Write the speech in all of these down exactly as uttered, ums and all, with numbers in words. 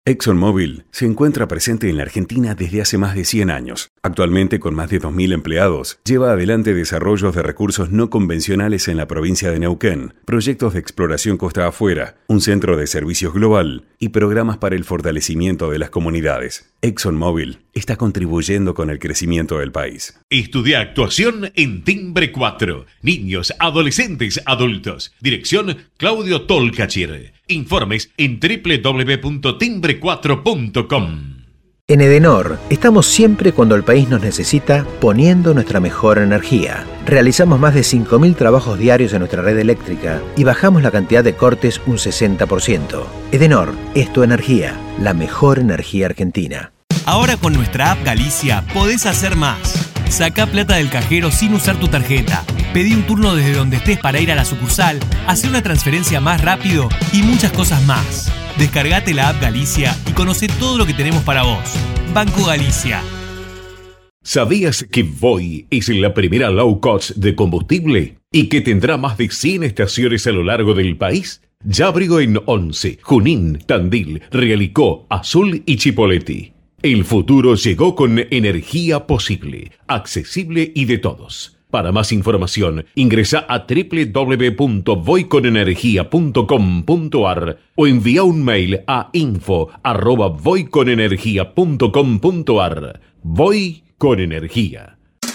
ExxonMobil se encuentra presente en la Argentina desde hace más de cien años. Actualmente, con más de dos mil empleados, lleva adelante desarrollos de recursos no convencionales en la provincia de Neuquén, proyectos de exploración costa afuera, un centro de servicios global y programas para el fortalecimiento de las comunidades. ExxonMobil está contribuyendo con el crecimiento del país. Estudia actuación en Timbre cuatro. Niños, adolescentes, adultos. Dirección Claudio Tolcachir. Informes en doble u doble u doble u punto timbre cuatro punto com. En Edenor estamos siempre cuando el país nos necesita, poniendo nuestra mejor energía. Realizamos más de cinco mil trabajos diarios en nuestra red eléctrica y bajamos la cantidad de cortes un sesenta por ciento. Edenor es tu energía, la mejor energía argentina. Ahora con nuestra app Galicia podés hacer más. Sacá plata del cajero sin usar tu tarjeta. Pedí un turno desde donde estés para ir a la sucursal, hacer una transferencia más rápido y muchas cosas más. Descargate la app Galicia y conoce todo lo que tenemos para vos. Banco Galicia. ¿Sabías que Voy es la primera low cost de combustible y que tendrá más de cien estaciones a lo largo del país? Ya abrió en Once, Junín, Tandil, Realicó, Azul y Chipoleti. El futuro llegó con energía posible, accesible y de todos. Para más información, ingresa a doble u doble u doble u punto voy con energía punto com punto a r o envía un mail a info arroba voy con energía punto com punto a r. Voy con energía.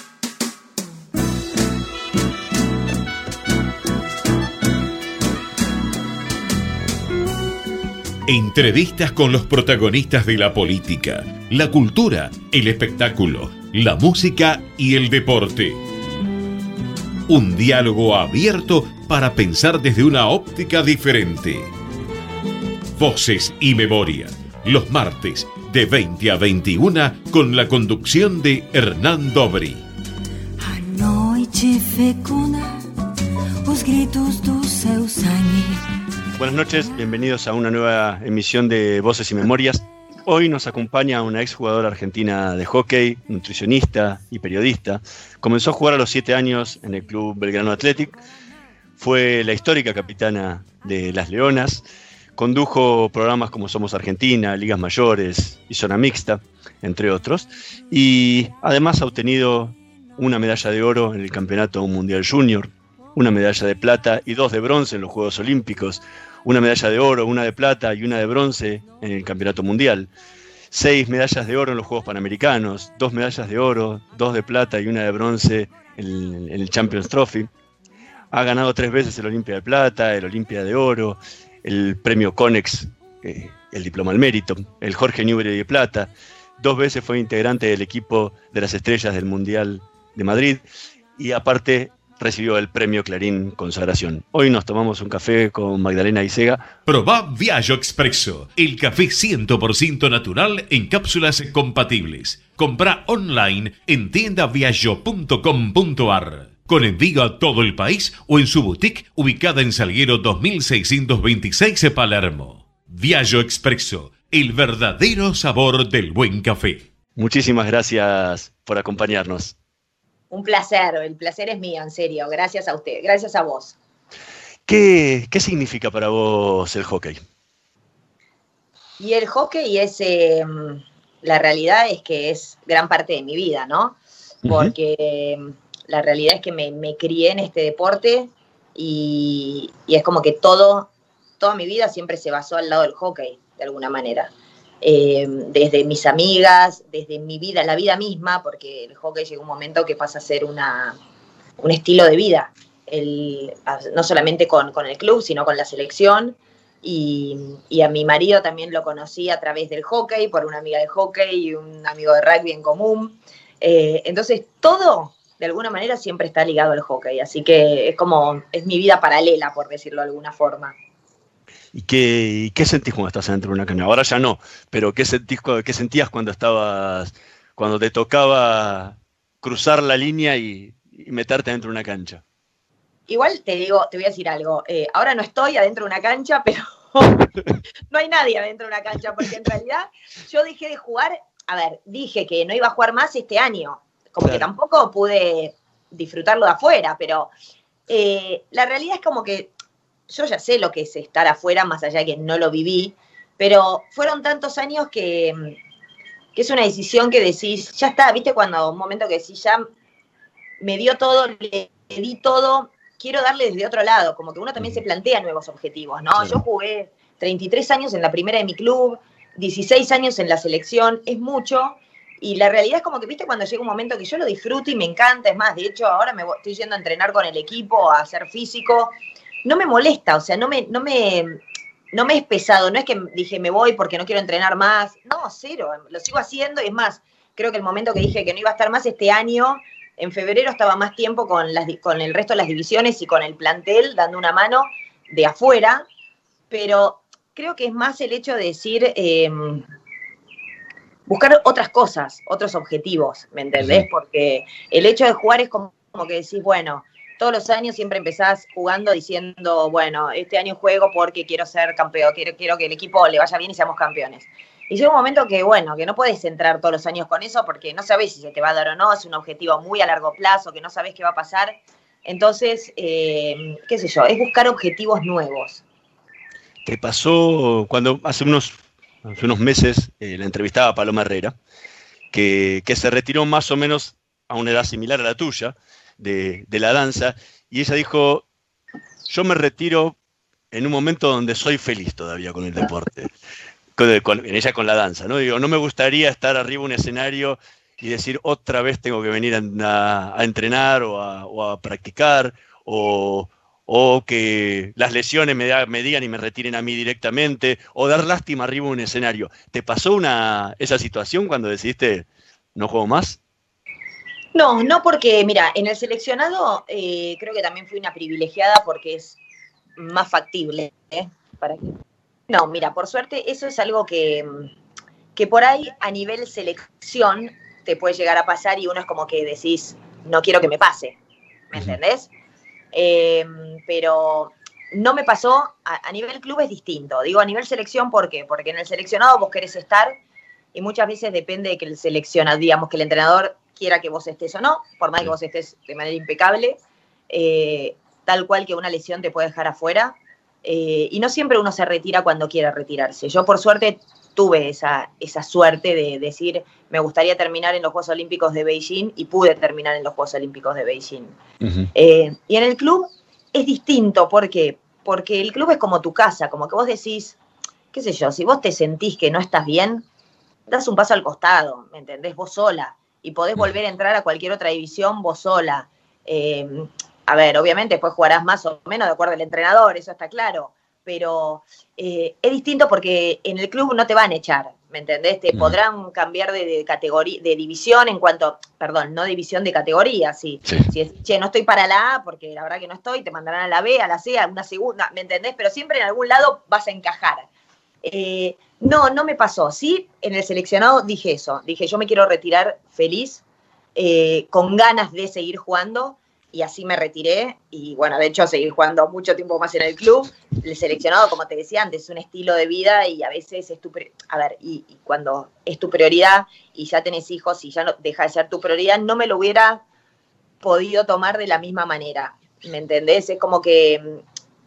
Entrevistas con los protagonistas de la política, la cultura, el espectáculo, la música y el deporte. Un diálogo abierto para pensar desde una óptica diferente. Voces y Memoria, los martes de veinte a veintiuna con la conducción de Hernán Dobri. A noite fecunda, os gritos do seu sangue. Buenas noches, bienvenidos a una nueva emisión de Voces y Memorias. Hoy nos acompaña una exjugadora argentina de hockey, nutricionista y periodista. Comenzó a jugar a los siete años en el Club Belgrano Athletic. Fue la histórica capitana de las Leonas. Condujo programas como Somos Argentina, Ligas Mayores y Zona Mixta, entre otros. Y además ha obtenido una medalla de oro en el Campeonato Mundial Junior, una medalla de plata y dos de bronce en los Juegos Olímpicos, una medalla de oro, una de plata y una de bronce en el Campeonato Mundial, seis medallas de oro en los Juegos Panamericanos, dos medallas de oro, dos de plata y una de bronce en el Champions Trophy. Ha ganado tres veces el Olimpia de Plata, el Olimpia de Oro, el Premio Conex, eh, el Diploma al Mérito, el Jorge Newbery de Plata. Dos veces fue integrante del equipo de las estrellas del Mundial de Madrid y aparte recibió el premio Clarín Consagración. Hoy nos tomamos un café con Magdalena Isega. Probá Viaggio Expresso, el café cien por ciento natural en cápsulas compatibles. Comprá online en tienda viaggio punto com punto a r. Con envío a todo el país o en su boutique ubicada en Salguero dos mil seiscientos veintiséis de Palermo. Viaggio Expresso, el verdadero sabor del buen café. Muchísimas gracias por acompañarnos. Un placer, el placer es mío, en serio. Gracias a usted, gracias a vos. ¿Qué, qué significa para vos el hockey? Y el hockey es, eh, la realidad es que es gran parte de mi vida, ¿no? Porque uh-huh. la realidad es que me, me crié en este deporte y, y es como que todo, toda mi vida siempre se basó al lado del hockey, de alguna manera. Eh, desde mis amigas, desde mi vida, la vida misma, porque el hockey llega un momento que pasa a ser una, un estilo de vida, el, no solamente con, con el club, sino con la selección, y, y a mi marido también lo conocí a través del hockey, por una amiga de hockey y un amigo de rugby en común, eh, entonces todo, de alguna manera, siempre está ligado al hockey, así que es como, es mi vida paralela, por decirlo de alguna forma. ¿Y qué, y qué sentís cuando estás dentro de una cancha? Ahora ya no, pero ¿qué, sentís, qué sentías cuando estabas, cuando te tocaba cruzar la línea y, y meterte dentro de una cancha? Igual te digo, te voy a decir algo. Eh, ahora no estoy adentro de una cancha, pero no hay nadie adentro de una cancha, porque en realidad yo dejé de jugar, a ver, dije que no iba a jugar más este año, como claro. que tampoco pude disfrutarlo de afuera, pero eh, la realidad es como que yo ya sé lo que es estar afuera, más allá de que no lo viví, Pero fueron tantos años que, que es una decisión que decís, ya está, ¿viste? Cuando un momento que decís, ya me dio todo, le di todo, quiero darle desde otro lado, como que uno también se plantea nuevos objetivos, ¿no? Sí. Yo jugué treinta y tres años en la primera de mi club, dieciséis años en la selección, es mucho, y la realidad es como que, viste, cuando llega un momento que yo lo disfruto y me encanta, es más, de hecho, ahora me voy, estoy yendo a entrenar con el equipo, a hacer físico, no me molesta, o sea, no me, no me, no me es pesado, no es que dije me voy porque no quiero entrenar más, no, cero, lo sigo haciendo, y es más, creo que el momento que dije que no iba a estar más este año, en febrero estaba más tiempo con, las, con el resto de las divisiones y con el plantel, dando una mano de afuera, pero creo que es más el hecho de decir, eh, buscar otras cosas, otros objetivos, ¿me entendés? Sí. Porque el hecho de jugar es como, como que decís, bueno, todos los años siempre empezás jugando diciendo, bueno, este año juego porque quiero ser campeón, quiero, quiero que el equipo le vaya bien y seamos campeones. Y llega un momento que, bueno, que no puedes entrar todos los años con eso porque no sabés si se te va a dar o no, es un objetivo muy a largo plazo, que no sabés qué va a pasar. Entonces, eh, qué sé yo, es buscar objetivos nuevos. ¿Te pasó cuando hace unos, hace unos meses eh, la entrevistaba a Paloma Herrera, que, que se retiró más o menos a una edad similar a la tuya, de, de la danza, y ella dijo, yo me retiro en un momento donde soy feliz todavía con el deporte. Con, con, en ella con la danza, ¿no? Digo, no me gustaría estar arriba de un escenario y decir otra vez tengo que venir a, a, a entrenar o a, o a practicar, o, o que las lesiones me, da, me digan y me retiren a mí directamente, o dar lástima arriba de un escenario. ¿Te pasó una, esa situación cuando decidiste no juego más? No, no porque, mira, en el seleccionado eh, creo que también fui una privilegiada porque es más factible, ¿eh? ¿Para qué? No, mira, por suerte eso es algo que, que por ahí a nivel selección te puede llegar a pasar y uno es como que decís, no quiero que me pase, ¿me entendés? Eh, pero no me pasó, a, a nivel club es distinto, digo a nivel selección, ¿por qué? Porque en el seleccionado vos querés estar y muchas veces depende de que el seleccionado, digamos que el entrenador quiera que vos estés o no, por más que vos estés de manera impecable, eh, tal cual que una lesión te puede dejar afuera. Eh, y no siempre uno se retira cuando quiera retirarse. Yo, por suerte, tuve esa, esa suerte de decir, me gustaría terminar en los Juegos Olímpicos de Beijing, y pude terminar en los Juegos Olímpicos de Beijing. Uh-huh. Eh, y en el club es distinto, ¿por qué? Porque el club es como tu casa, como que vos decís, qué sé yo, si vos te sentís que no estás bien, das un paso al costado, ¿me entendés? Vos sola, y podés volver a entrar a cualquier otra división vos sola. Eh, A ver, obviamente después jugarás más o menos de acuerdo al entrenador, eso está claro, pero eh, es distinto porque en el club no te van a echar, ¿me entendés? Te mm. podrán cambiar de, de categoría, de división en cuanto, perdón, no división de categoría, sí. sí. Si es, che, no estoy para la A, porque la verdad que no estoy, te mandarán a la B, a la C, a una segunda, ¿me entendés? Pero siempre en algún lado vas a encajar. Eh, no, no me pasó, sí, en el seleccionado dije eso, dije yo me quiero retirar feliz, eh, con ganas de seguir jugando. Y así me retiré, y bueno, de hecho seguí jugando mucho tiempo más en el club. El seleccionado, como te decía antes, es un estilo de vida y a veces es tu, a ver, y, y cuando es tu prioridad y ya tenés hijos y ya no deja de ser tu prioridad, no me lo hubiera podido tomar de la misma manera, ¿me entendés? Es como que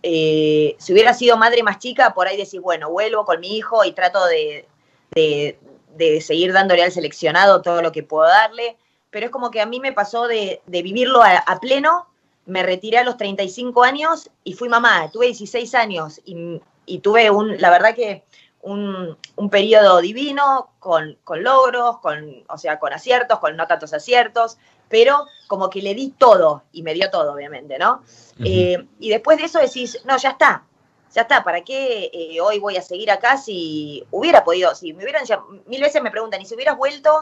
eh, si hubiera sido madre más chica, por ahí decís, bueno, vuelvo con mi hijo y trato de, de, de seguir dándole al seleccionado todo lo que puedo darle. Pero es como que a mí me pasó de, de vivirlo a, a pleno, me retiré a los treinta y cinco años y fui mamá, tuve dieciséis años y, y tuve, un, la verdad que un, un periodo divino, con, con logros, con, o sea, con aciertos, con no tantos aciertos, pero como que le di todo y me dio todo, obviamente, ¿no? Uh-huh. Eh, y después de eso decís, no, ya está, ya está, ¿para qué eh, hoy voy a seguir acá si hubiera podido, si me hubieran, ya, mil veces me preguntan, ¿y si hubieras vuelto?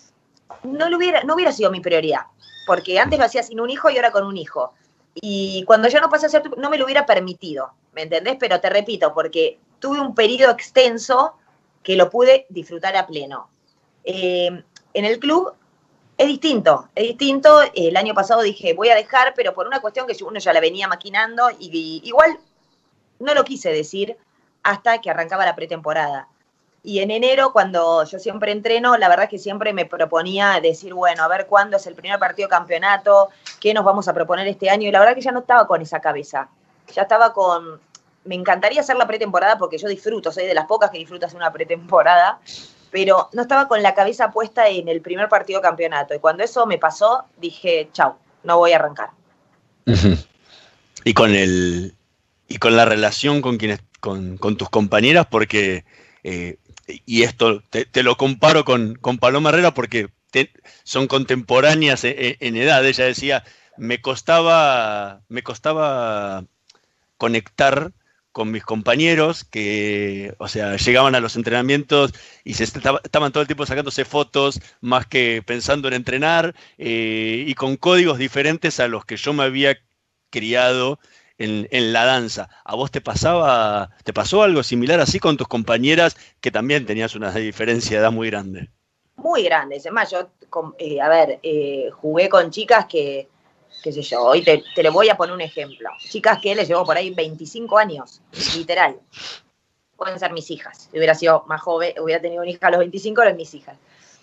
No, lo hubiera, no hubiera sido mi prioridad, porque antes lo hacía sin un hijo y ahora con un hijo. Y cuando yo no pasé a ser, no me lo hubiera permitido, ¿me entendés? Pero te repito, porque tuve un periodo extenso que lo pude disfrutar a pleno. Eh, en el club es distinto, es distinto. El año pasado dije, voy a dejar, pero por una cuestión que uno ya la venía maquinando, y, y igual no lo quise decir hasta que arrancaba la pretemporada. Y en enero, cuando yo siempre entreno, la verdad es que siempre me proponía decir, bueno, a ver cuándo es el primer partido de campeonato, qué nos vamos a proponer este año. Y la verdad que ya no estaba con esa cabeza. Ya estaba con, me encantaría hacer la pretemporada porque yo disfruto, soy de las pocas que disfruto hacer una pretemporada, pero no estaba con la cabeza puesta en el primer partido de campeonato. Y cuando eso me pasó, dije, chau, no voy a arrancar. Uh-huh. Y con el y con la relación con quienes, con, con tus compañeras, porque, eh, y esto te, te lo comparo con, con Paloma Herrera porque te, son contemporáneas en, en edad. Ella decía, me costaba, me costaba conectar con mis compañeros que, o sea, llegaban a los entrenamientos y se estaba, estaban todo el tiempo sacándose fotos más que pensando en entrenar, eh, y con códigos diferentes a los que yo me había criado en, en la danza. ¿A vos te pasaba, te pasó algo similar así con tus compañeras que también tenías una diferencia de edad muy grande? Muy grande. Es más, yo, eh, a ver, eh, jugué con chicas que qué sé yo, hoy te, te le voy a poner un ejemplo. Chicas que les llevo por ahí veinticinco años, literal. Pueden ser mis hijas. Si hubiera sido más joven, hubiera tenido una hija a los veinticinco, eran mis hijas.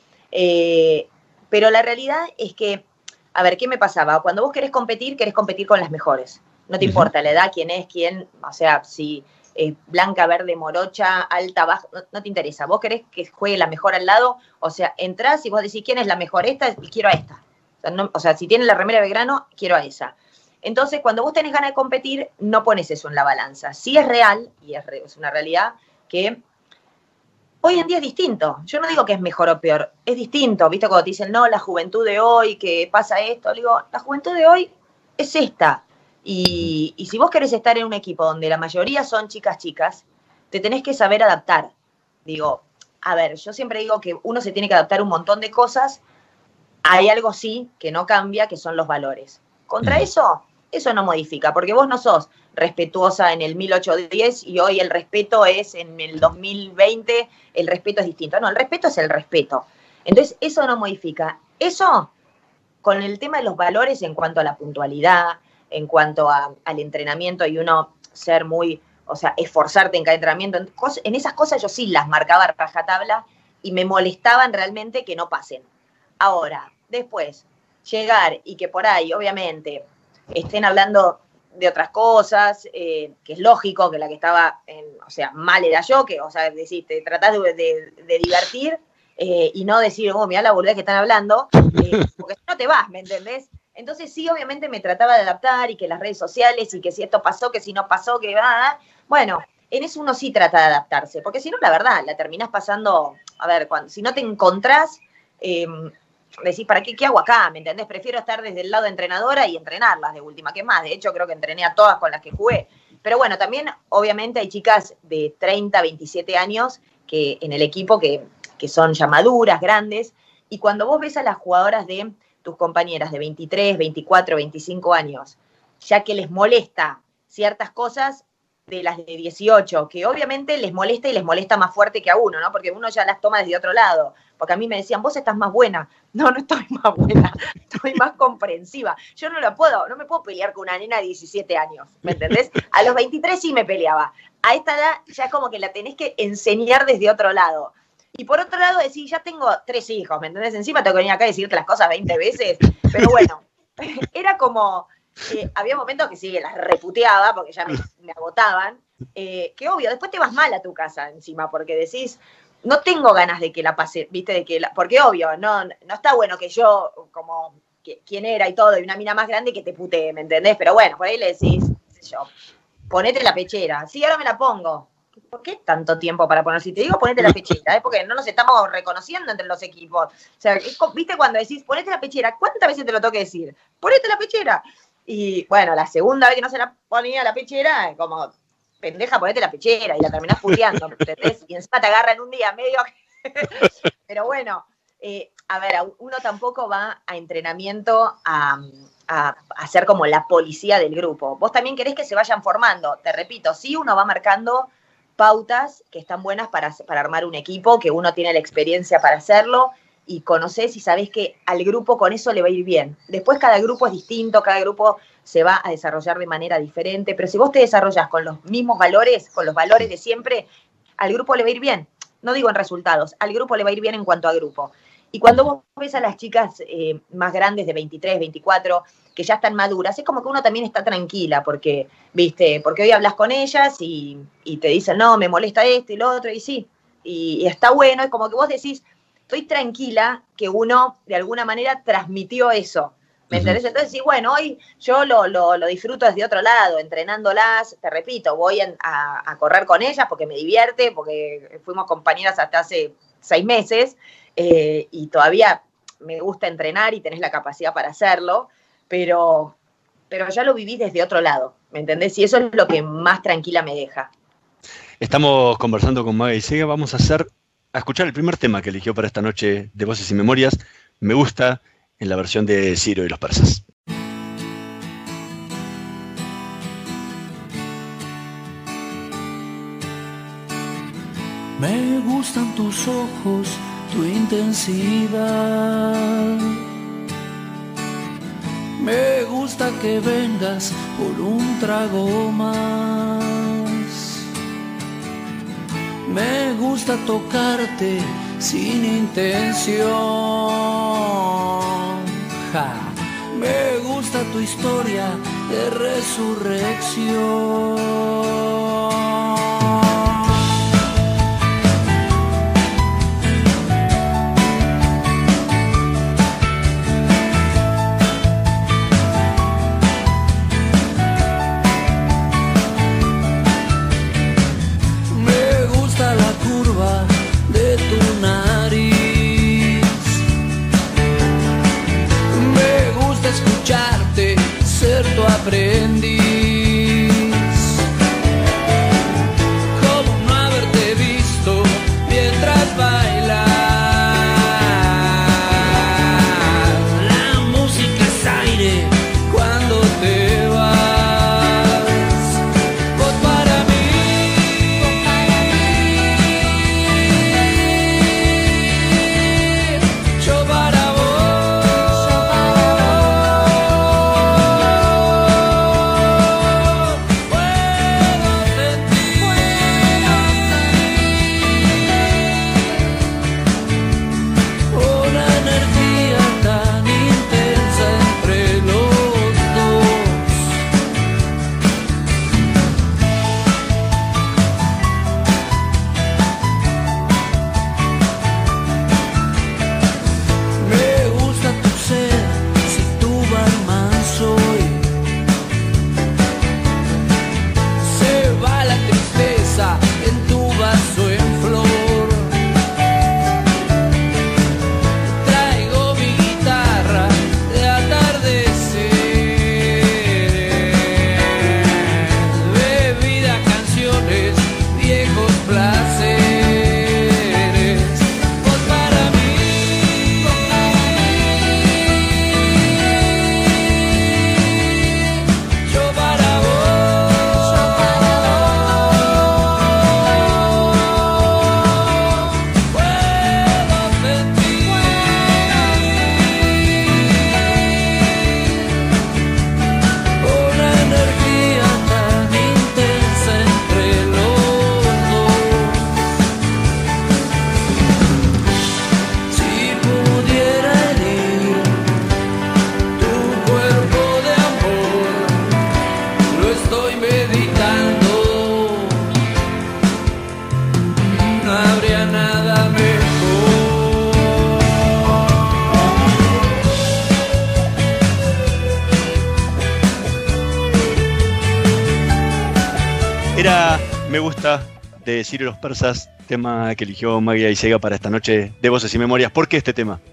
Eh, pero la realidad es que, a ver, ¿qué me pasaba? Cuando vos querés competir, querés competir con las mejores. No te uh-huh. importa la edad, quién es, quién, o sea, si eh, blanca, verde, morocha, alta, baja, no, no te interesa. Vos querés que juegue la mejor al lado, o sea, entrás y vos decís, ¿quién es la mejor? Esta, y quiero a esta. O sea, no, o sea, si tiene la remera de Belgrano, quiero a esa. Entonces, cuando vos tenés ganas de competir, no pones eso en la balanza. Sí es real, y es, re, es una realidad, que hoy en día es distinto. Yo no digo que es mejor o peor, es distinto. ¿Viste? Cuando te dicen, no, la juventud de hoy, que pasa esto, le digo, la juventud de hoy es esta. Y, y si vos querés estar en un equipo donde la mayoría son chicas chicas, te tenés que saber adaptar. Digo, a ver, yo siempre digo que uno se tiene que adaptar a un montón de cosas. Hay algo sí que no cambia, que son los valores. Contra eso, eso no modifica, porque vos no sos respetuosa en el mil ochocientos diez y hoy el respeto es en el dos mil veinte, el respeto es distinto. No, el respeto es el respeto. Entonces, eso no modifica. Eso, con el tema de los valores en cuanto a la puntualidad, en cuanto a, al entrenamiento y uno ser muy, o sea, esforzarte en cada entrenamiento, en, cos, en esas cosas yo sí las marcaba a rajatabla y me molestaban realmente que no pasen. Ahora, después, llegar y que por ahí, obviamente, estén hablando de otras cosas, eh, que es lógico que la que estaba, en, o sea, mal era yo, que, o sea, decís, te tratás de, de, de divertir eh, y no decir, oh, mirá la boludez que están hablando, eh, porque si no te vas, ¿me entendés? Entonces sí, obviamente me trataba de adaptar y que las redes sociales y que si esto pasó, que si no pasó, que va, bueno, en eso uno sí trata de adaptarse, porque si no, la verdad, la terminás pasando, a ver, cuando, si no te encontrás, eh, decís, ¿para qué, qué hago acá? ¿Me entendés? Prefiero estar desde el lado de entrenadora y entrenarlas de última. ¿Qué más? De hecho, creo que entrené a todas con las que jugué. Pero bueno, también, obviamente, hay chicas de treinta, veintisiete años que en el equipo que, que son ya maduras, grandes. Y cuando vos ves a las jugadoras de tus compañeras de veintitrés, veinticuatro, veinticinco años, ya que les molesta ciertas cosas de las de dieciocho, que obviamente les molesta y les molesta más fuerte que a uno, ¿no? Porque uno ya las toma desde otro lado. Porque a mí me decían, vos estás más buena. No, no estoy más buena, estoy más comprensiva. Yo no lo puedo, no me puedo pelear con una nena de diecisiete años, ¿me entendés? A los veintitrés sí me peleaba. A esta edad ya como que la tenés que enseñar desde otro lado. Y por otro lado decir, ya tengo tres hijos, ¿me entendés? Encima tengo que venir acá y decirte las cosas veinte veces. Pero bueno, era como... Eh, había momentos que sí, las reputeaba porque ya me, me agotaban, eh, que obvio, después te vas mal a tu casa encima porque decís, no tengo ganas de que la pase, viste, de que la, porque obvio, no, no está bueno que yo, como que, quién era y todo, y una mina más grande que te putee, ¿me entendés? Pero bueno, por ahí le decís, qué sé yo, ponete la pechera, sí, ahora me la pongo. ¿Por qué tanto tiempo para poner? Si te digo ponete la pechera, es ¿eh? Porque no nos estamos reconociendo entre los equipos. O sea, viste cuando decís ponete la pechera, ¿cuántas veces te lo tengo que decir? Ponete la pechera. Y bueno, la segunda vez que no se la ponía la pechera, como, pendeja, ponete la pechera, y la terminás puteando, ¿entendés? Y encima te agarra en un día medio... Pero bueno, eh, a ver, uno tampoco va a entrenamiento a, a, a ser como la policía del grupo. Vos también querés que se vayan formando. Te repito, sí, uno va marcando pautas que están buenas para, para armar un equipo, que uno tiene la experiencia para hacerlo, y conocés y sabés que al grupo con eso le va a ir bien. Después cada grupo es distinto, cada grupo se va a desarrollar de manera diferente, pero si vos te desarrollás con los mismos valores, con los valores de siempre, al grupo le va a ir bien. No digo en resultados, al grupo le va a ir bien en cuanto a grupo. Y cuando vos ves a las chicas eh, más grandes de veintitrés, veinticuatro, que ya están maduras, es como que uno también está tranquila, porque, viste, porque hoy hablas con ellas y, y te dicen, no, me molesta esto y lo otro, y sí, y, y está bueno, es como que vos decís, estoy tranquila que uno de alguna manera transmitió eso, ¿me entendés? Entonces, sí, bueno, hoy yo lo, lo, lo disfruto desde otro lado, entrenándolas, te repito, voy a, a, a correr con ellas porque me divierte, porque fuimos compañeras hasta hace seis meses, eh, y todavía me gusta entrenar y tenés la capacidad para hacerlo, pero, pero ya lo vivís desde otro lado, ¿me entendés? Y eso es lo que más tranquila me deja. Estamos conversando con Maga Isega, vamos a hacer, a escuchar el primer tema que eligió para esta noche de Voces y Memorias, Me Gusta, en la versión de Ciro y los Persas. Me gustan tus ojos, tu intensidad. Me gusta que vengas por un trago más. Me gusta tocarte sin intención. Ja. Me gusta tu historia de resurrección. Aprendiz, ¿cómo no haberte visto mientras bailas? La música es aire cuando te vas. Vos para mí, yo para vos. Era Me Gusta de Ciro y los Persas, tema que eligió Magia Isega para esta noche de Voces y Memorias. ¿Por qué este tema?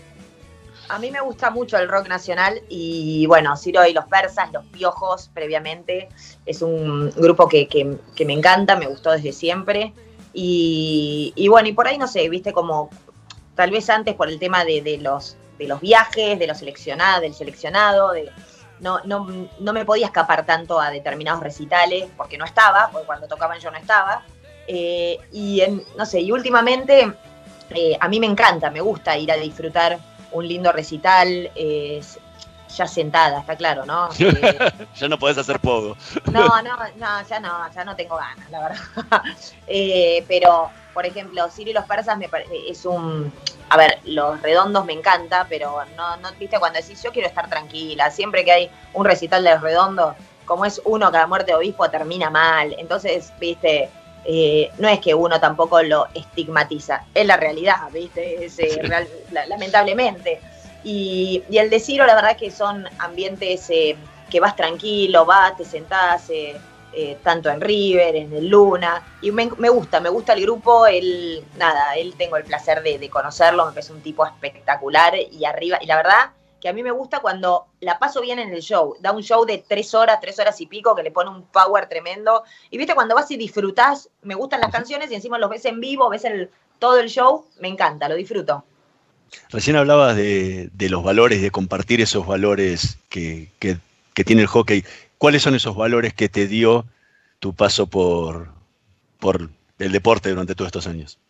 A mí me gusta mucho el rock nacional y bueno, Ciro y los Persas, Los Piojos previamente, es un grupo que, que, que me encanta, me gustó desde siempre y, y bueno, y por ahí no sé, viste como tal vez antes por el tema de, de, los, de los viajes, de los seleccionados, del seleccionado, de, no, no, no me podía escapar tanto a determinados recitales porque no estaba, porque cuando tocaban yo no estaba eh, y en, no sé, y últimamente eh, a mí me encanta, me gusta ir a disfrutar un lindo recital, eh, ya sentada, está claro, ¿no? Eh, ya no podés hacer poco. No, no, no, ya no, ya no tengo ganas, la verdad. eh, pero, por ejemplo, Ciro y los Persas me parece, es un, a ver, los redondos me encanta, pero no, no, viste, cuando decís yo quiero estar tranquila, siempre que hay un recital de los redondos, como es uno, cada muerte de obispo termina mal, entonces, viste, eh, no es que uno tampoco lo estigmatiza, es la realidad, viste, es, eh, real, la, lamentablemente. Y, y el de Ciro, la verdad que son ambientes eh, que vas tranquilo, vas, te sentás, eh, eh, tanto en River, en el Luna, y me, me gusta, me gusta el grupo, él, nada, él tengo el placer de, de conocerlo, me parece un tipo espectacular y arriba, y la verdad que a mí me gusta cuando la paso bien en el show, da un show de tres horas, tres horas y pico, que le pone un power tremendo, y viste cuando vas y disfrutás, me gustan las canciones y encima los ves en vivo, ves el, todo el show, me encanta, lo disfruto. Recién hablabas de, de los valores, de compartir esos valores que, que, que tiene el hockey. ¿Cuáles son esos valores que te dio tu paso por, por el deporte durante todos estos años?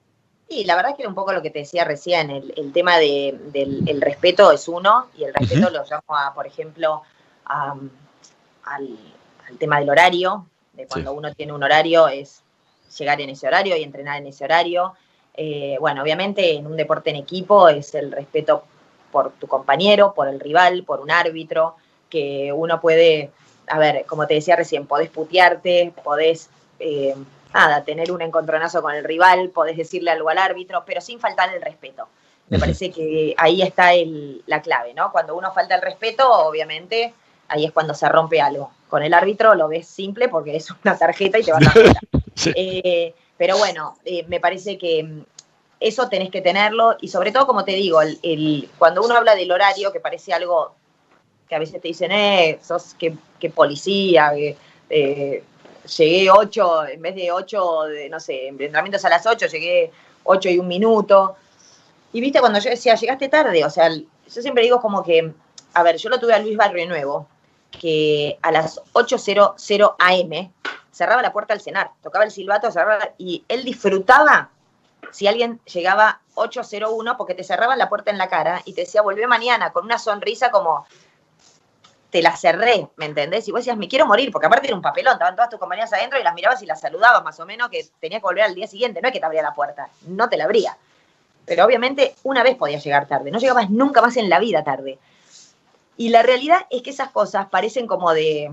Y la verdad es que era un poco lo que te decía recién, el, el tema de, del el respeto es uno, y el respeto uh-huh. lo llamo, a, por ejemplo, a, al, al tema del horario, de cuando sí. uno tiene un horario, es llegar en ese horario y entrenar en ese horario. Eh, bueno, obviamente en un deporte en equipo es el respeto por tu compañero, por el rival, por un árbitro, que uno puede, a ver, como te decía recién, podés putearte, podés, eh, nada, tener un encontronazo con el rival, podés decirle algo al árbitro, pero sin faltar el respeto. Me parece que ahí está el, la clave, ¿no? Cuando uno falta el respeto, obviamente, ahí es cuando se rompe algo. Con el árbitro lo ves simple porque es una tarjeta y te vas a fuera. Sí. Eh, Pero bueno, eh, me parece que eso tenés que tenerlo y sobre todo, como te digo, el, el, cuando uno habla del horario, que parece algo que a veces te dicen, eh, sos que, que policía, que eh, llegué ocho, en vez de ocho, de, no sé, entrenamientos a las ocho, llegué ocho y un minuto. Y viste, cuando yo decía, llegaste tarde, o sea, yo siempre digo como que, a ver, yo lo tuve a Luis Barrio Nuevo, que a las ocho cero cero a eme cerraba la puerta al cenar, tocaba el silbato, cerraba, y él disfrutaba si alguien llegaba ocho cero uno porque te cerraban la puerta en la cara y te decía, volvé mañana, con una sonrisa como, te la cerré, ¿me entendés? Y vos decías, me quiero morir, porque aparte era un papelón, estaban todas tus compañeras adentro y las mirabas y las saludabas más o menos, que tenías que volver al día siguiente, no es que te abría la puerta, no te la abría. Pero obviamente una vez podías llegar tarde, no llegabas nunca más en la vida tarde. Y la realidad es que esas cosas parecen como de,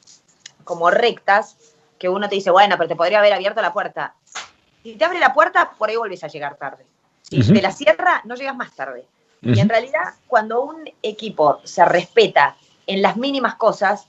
como rectas, que uno te dice, bueno, pero te podría haber abierto la puerta. Si te abre la puerta, por ahí volvés a llegar tarde. Si uh-huh. te la cierra, no llegas más tarde. Uh-huh. Y en realidad, cuando un equipo se respeta en las mínimas cosas,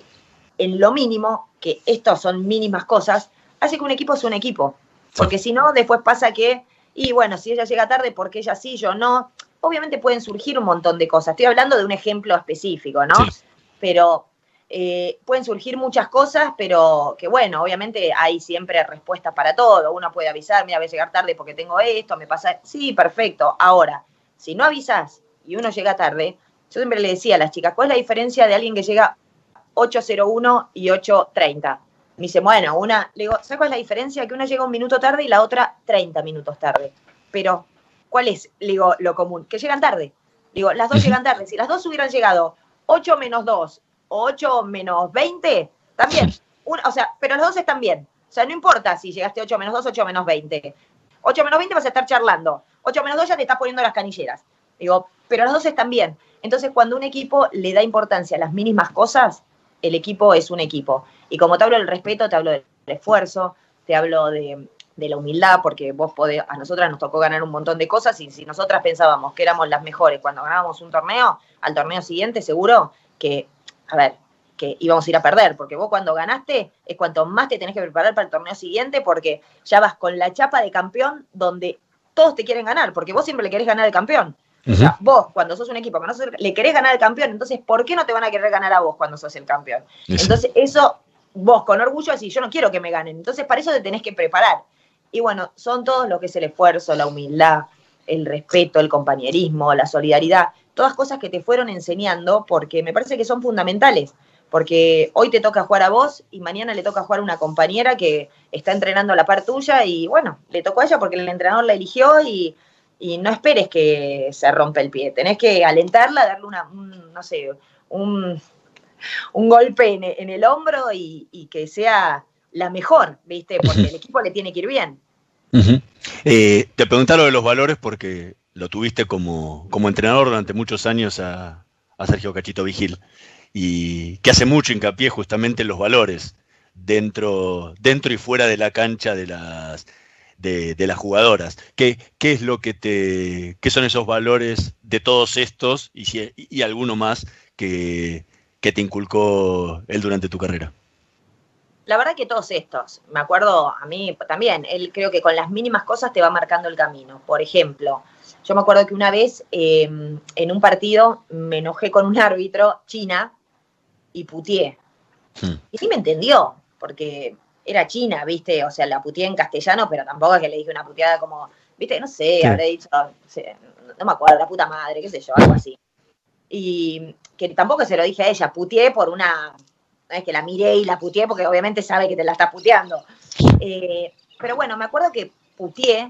en lo mínimo, que estos son mínimas cosas, hace que un equipo sea un equipo. Porque si no, después pasa que, y bueno, si ella llega tarde, ¿por qué ella sí, yo no? Obviamente pueden surgir un montón de cosas. Estoy hablando de un ejemplo específico, ¿no? Sí. Pero eh, pueden surgir muchas cosas, pero que bueno, obviamente hay siempre respuestas para todo. Uno puede avisar, mira, voy a llegar tarde porque tengo esto, me pasa... Sí, perfecto. Ahora, si no avisás y uno llega tarde, yo siempre le decía a las chicas, ¿cuál es la diferencia de alguien que llega ocho cero uno y ocho treinta? Me dice, bueno, una... Le digo, ¿sabes cuál es la diferencia? Que una llega un minuto tarde y la otra treinta minutos tarde. Pero... ¿cuál es, le digo, lo común? Que llegan tarde. Digo, las dos llegan tarde. Si las dos hubieran llegado ocho menos dos o ocho menos veinte, también. Una, o sea, pero las dos están bien. O sea, no importa si llegaste ocho menos dos, ocho menos veinte. ocho menos veinte vas a estar charlando. ocho menos dos ya te estás poniendo las canilleras. Digo, pero las dos están bien. Entonces, cuando un equipo le da importancia a las mínimas cosas, el equipo es un equipo. Y como te hablo del respeto, te hablo del esfuerzo, te hablo de... de la humildad, porque vos podés, a nosotras nos tocó ganar un montón de cosas y si nosotras pensábamos que éramos las mejores cuando ganábamos un torneo, al torneo siguiente seguro que, a ver, que íbamos a ir a perder, porque vos cuando ganaste es cuanto más te tenés que preparar para el torneo siguiente porque ya vas con la chapa de campeón donde todos te quieren ganar, porque vos siempre le querés ganar al campeón. Uh-huh. O sea, vos cuando sos un equipo que no sos, le querés ganar al campeón, entonces ¿por qué no te van a querer ganar a vos cuando sos el campeón? Uh-huh. Entonces eso, vos con orgullo decís, yo no quiero que me ganen, entonces para eso te tenés que preparar. Y bueno, son todos lo que es el esfuerzo, la humildad, el respeto, el compañerismo, la solidaridad, todas cosas que te fueron enseñando porque me parece que son fundamentales, porque hoy te toca jugar a vos y mañana le toca jugar a una compañera que está entrenando a la par tuya y bueno, le tocó a ella porque el entrenador la eligió y, y no esperes que se rompa el pie, tenés que alentarla, darle una, un, no sé, un, un golpe en, en el hombro y, y que sea la mejor, ¿viste? Porque uh-huh. el equipo le tiene que ir bien. Uh-huh. Eh, te preguntaron de los valores porque lo tuviste como, como entrenador durante muchos años a, a Sergio Cachito Vigil, y que hace mucho hincapié justamente en los valores dentro, dentro y fuera de la cancha de las, de, de las jugadoras. ¿Qué, qué es lo que te, qué son esos valores de todos estos y, si, y alguno más que, que te inculcó él durante tu carrera? La verdad que todos estos, me acuerdo a mí también, él creo que con las mínimas cosas te va marcando el camino. Por ejemplo, yo me acuerdo que una vez eh, en un partido me enojé con un árbitro, China, y puteé. Hmm. Y sí me entendió, porque era China, ¿viste? O sea, la puteé en castellano, pero tampoco es que le dije una puteada como, ¿viste? No sé, sí. Habré dicho, no me acuerdo, la puta madre, qué sé yo, algo así. Y que tampoco se lo dije a ella, puteé por una... No es que la miré y la puteé porque obviamente sabe que te la está puteando. Eh, pero bueno, me acuerdo que puteé,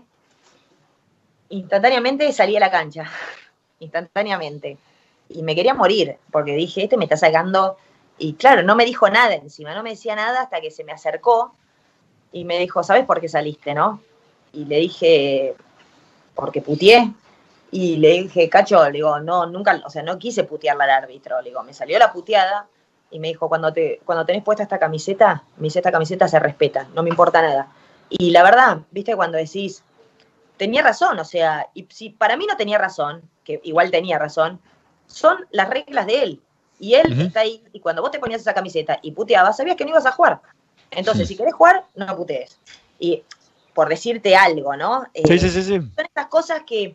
instantáneamente salí a la cancha. Instantáneamente. Y me quería morir, porque dije, este me está sacando... Y claro, no me dijo nada encima, no me decía nada hasta que se me acercó y me dijo, ¿sabes por qué saliste, no? Y le dije, porque puteé. Y le dije, Cacho, le digo, no, nunca, o sea, no quise putearla al árbitro. Le digo, me salió la puteada. Y me dijo, cuando, te, cuando tenés puesta esta camiseta, me dice, esta camiseta se respeta, no me importa nada. Y la verdad, viste, cuando decís, tenía razón, o sea, y si para mí no tenía razón, que igual tenía razón, son las reglas de él. Y él uh-huh. está ahí, y cuando vos te ponías esa camiseta y puteabas, sabías que no ibas a jugar. Entonces, sí. si querés jugar, no putees. Y por decirte algo, ¿no? Eh, sí, sí, sí, sí. Son estas cosas que,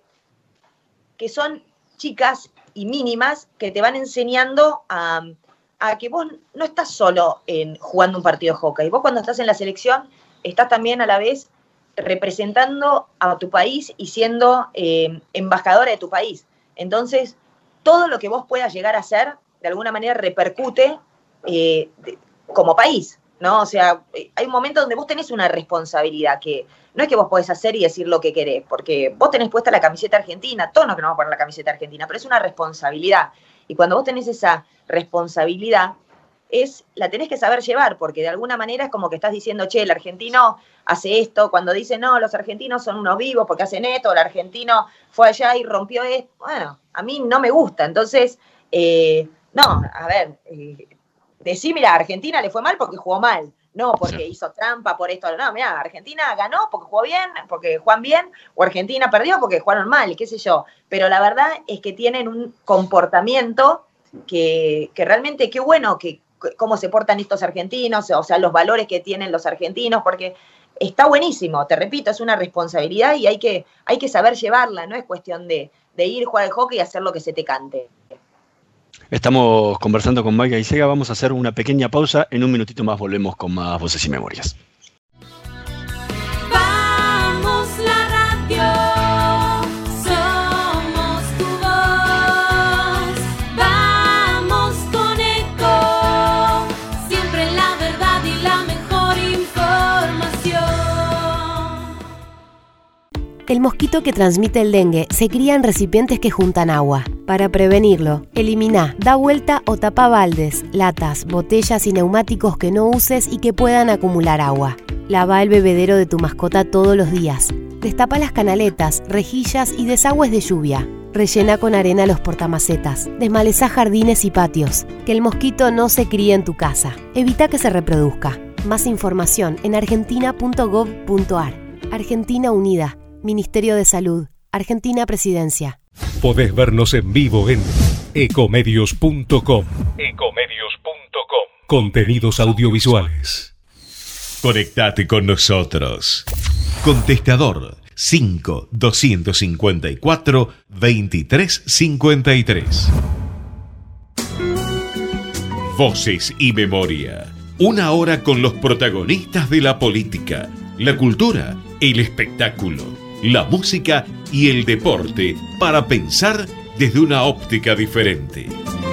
que son chicas y mínimas que te van enseñando a... a que vos no estás solo en, jugando un partido de hockey. Vos cuando estás en la selección estás también a la vez representando a tu país y siendo eh, embajadora de tu país. Entonces, todo lo que vos puedas llegar a hacer, de alguna manera repercute eh, de, como país, ¿no? O sea, hay un momento donde vos tenés una responsabilidad que no es que vos podés hacer y decir lo que querés, porque vos tenés puesta la camiseta argentina, todos nos queremos poner la camiseta argentina, pero es una responsabilidad. Y cuando vos tenés esa responsabilidad, es, la tenés que saber llevar, porque de alguna manera es como que estás diciendo, che, el argentino hace esto, cuando dice, no, los argentinos son unos vivos porque hacen esto, el argentino fue allá y rompió esto. Bueno, a mí no me gusta, entonces, eh, no, a ver, eh, decí, mira, a Argentina le fue mal porque jugó mal, no porque sí. hizo trampa, por esto, no, mira, Argentina ganó porque jugó bien, porque juegan bien, o Argentina perdió porque jugaron mal, qué sé yo, pero la verdad es que tienen un comportamiento que, que realmente, qué bueno que cómo se portan estos argentinos, o sea, los valores que tienen los argentinos, porque está buenísimo, te repito, es una responsabilidad y hay que, hay que saber llevarla, no es cuestión de, de ir, jugar al hockey y hacer lo que se te cante. Estamos conversando con Maya Isega, vamos a hacer una pequeña pausa, en un minutito más volvemos con más Voces y Memorias. Vamos la radio, somos tu voz, vamos con Eco, siempre la verdad y la mejor información. El mosquito que transmite el dengue se cría en recipientes que juntan agua. Para prevenirlo, elimina, da vuelta o tapa baldes, latas, botellas y neumáticos que no uses y que puedan acumular agua. Lava el bebedero de tu mascota todos los días. Destapa las canaletas, rejillas y desagües de lluvia. Rellena con arena los portamacetas. Desmalezá jardines y patios. Que el mosquito no se críe en tu casa. Evita que se reproduzca. Más información en argentina punto gov punto ar. Argentina Unida. Ministerio de Salud. Argentina Presidencia. Podés vernos en vivo en ecomedios punto com. ecomedios punto com. Contenidos audiovisuales. Conectate con nosotros. Contestador cinco doscientos cincuenta y cuatro veintitrés cincuenta y tres. Voces y Memoria. Una hora con los protagonistas de la política, la cultura, el espectáculo, la música y el deporte para pensar desde una óptica diferente.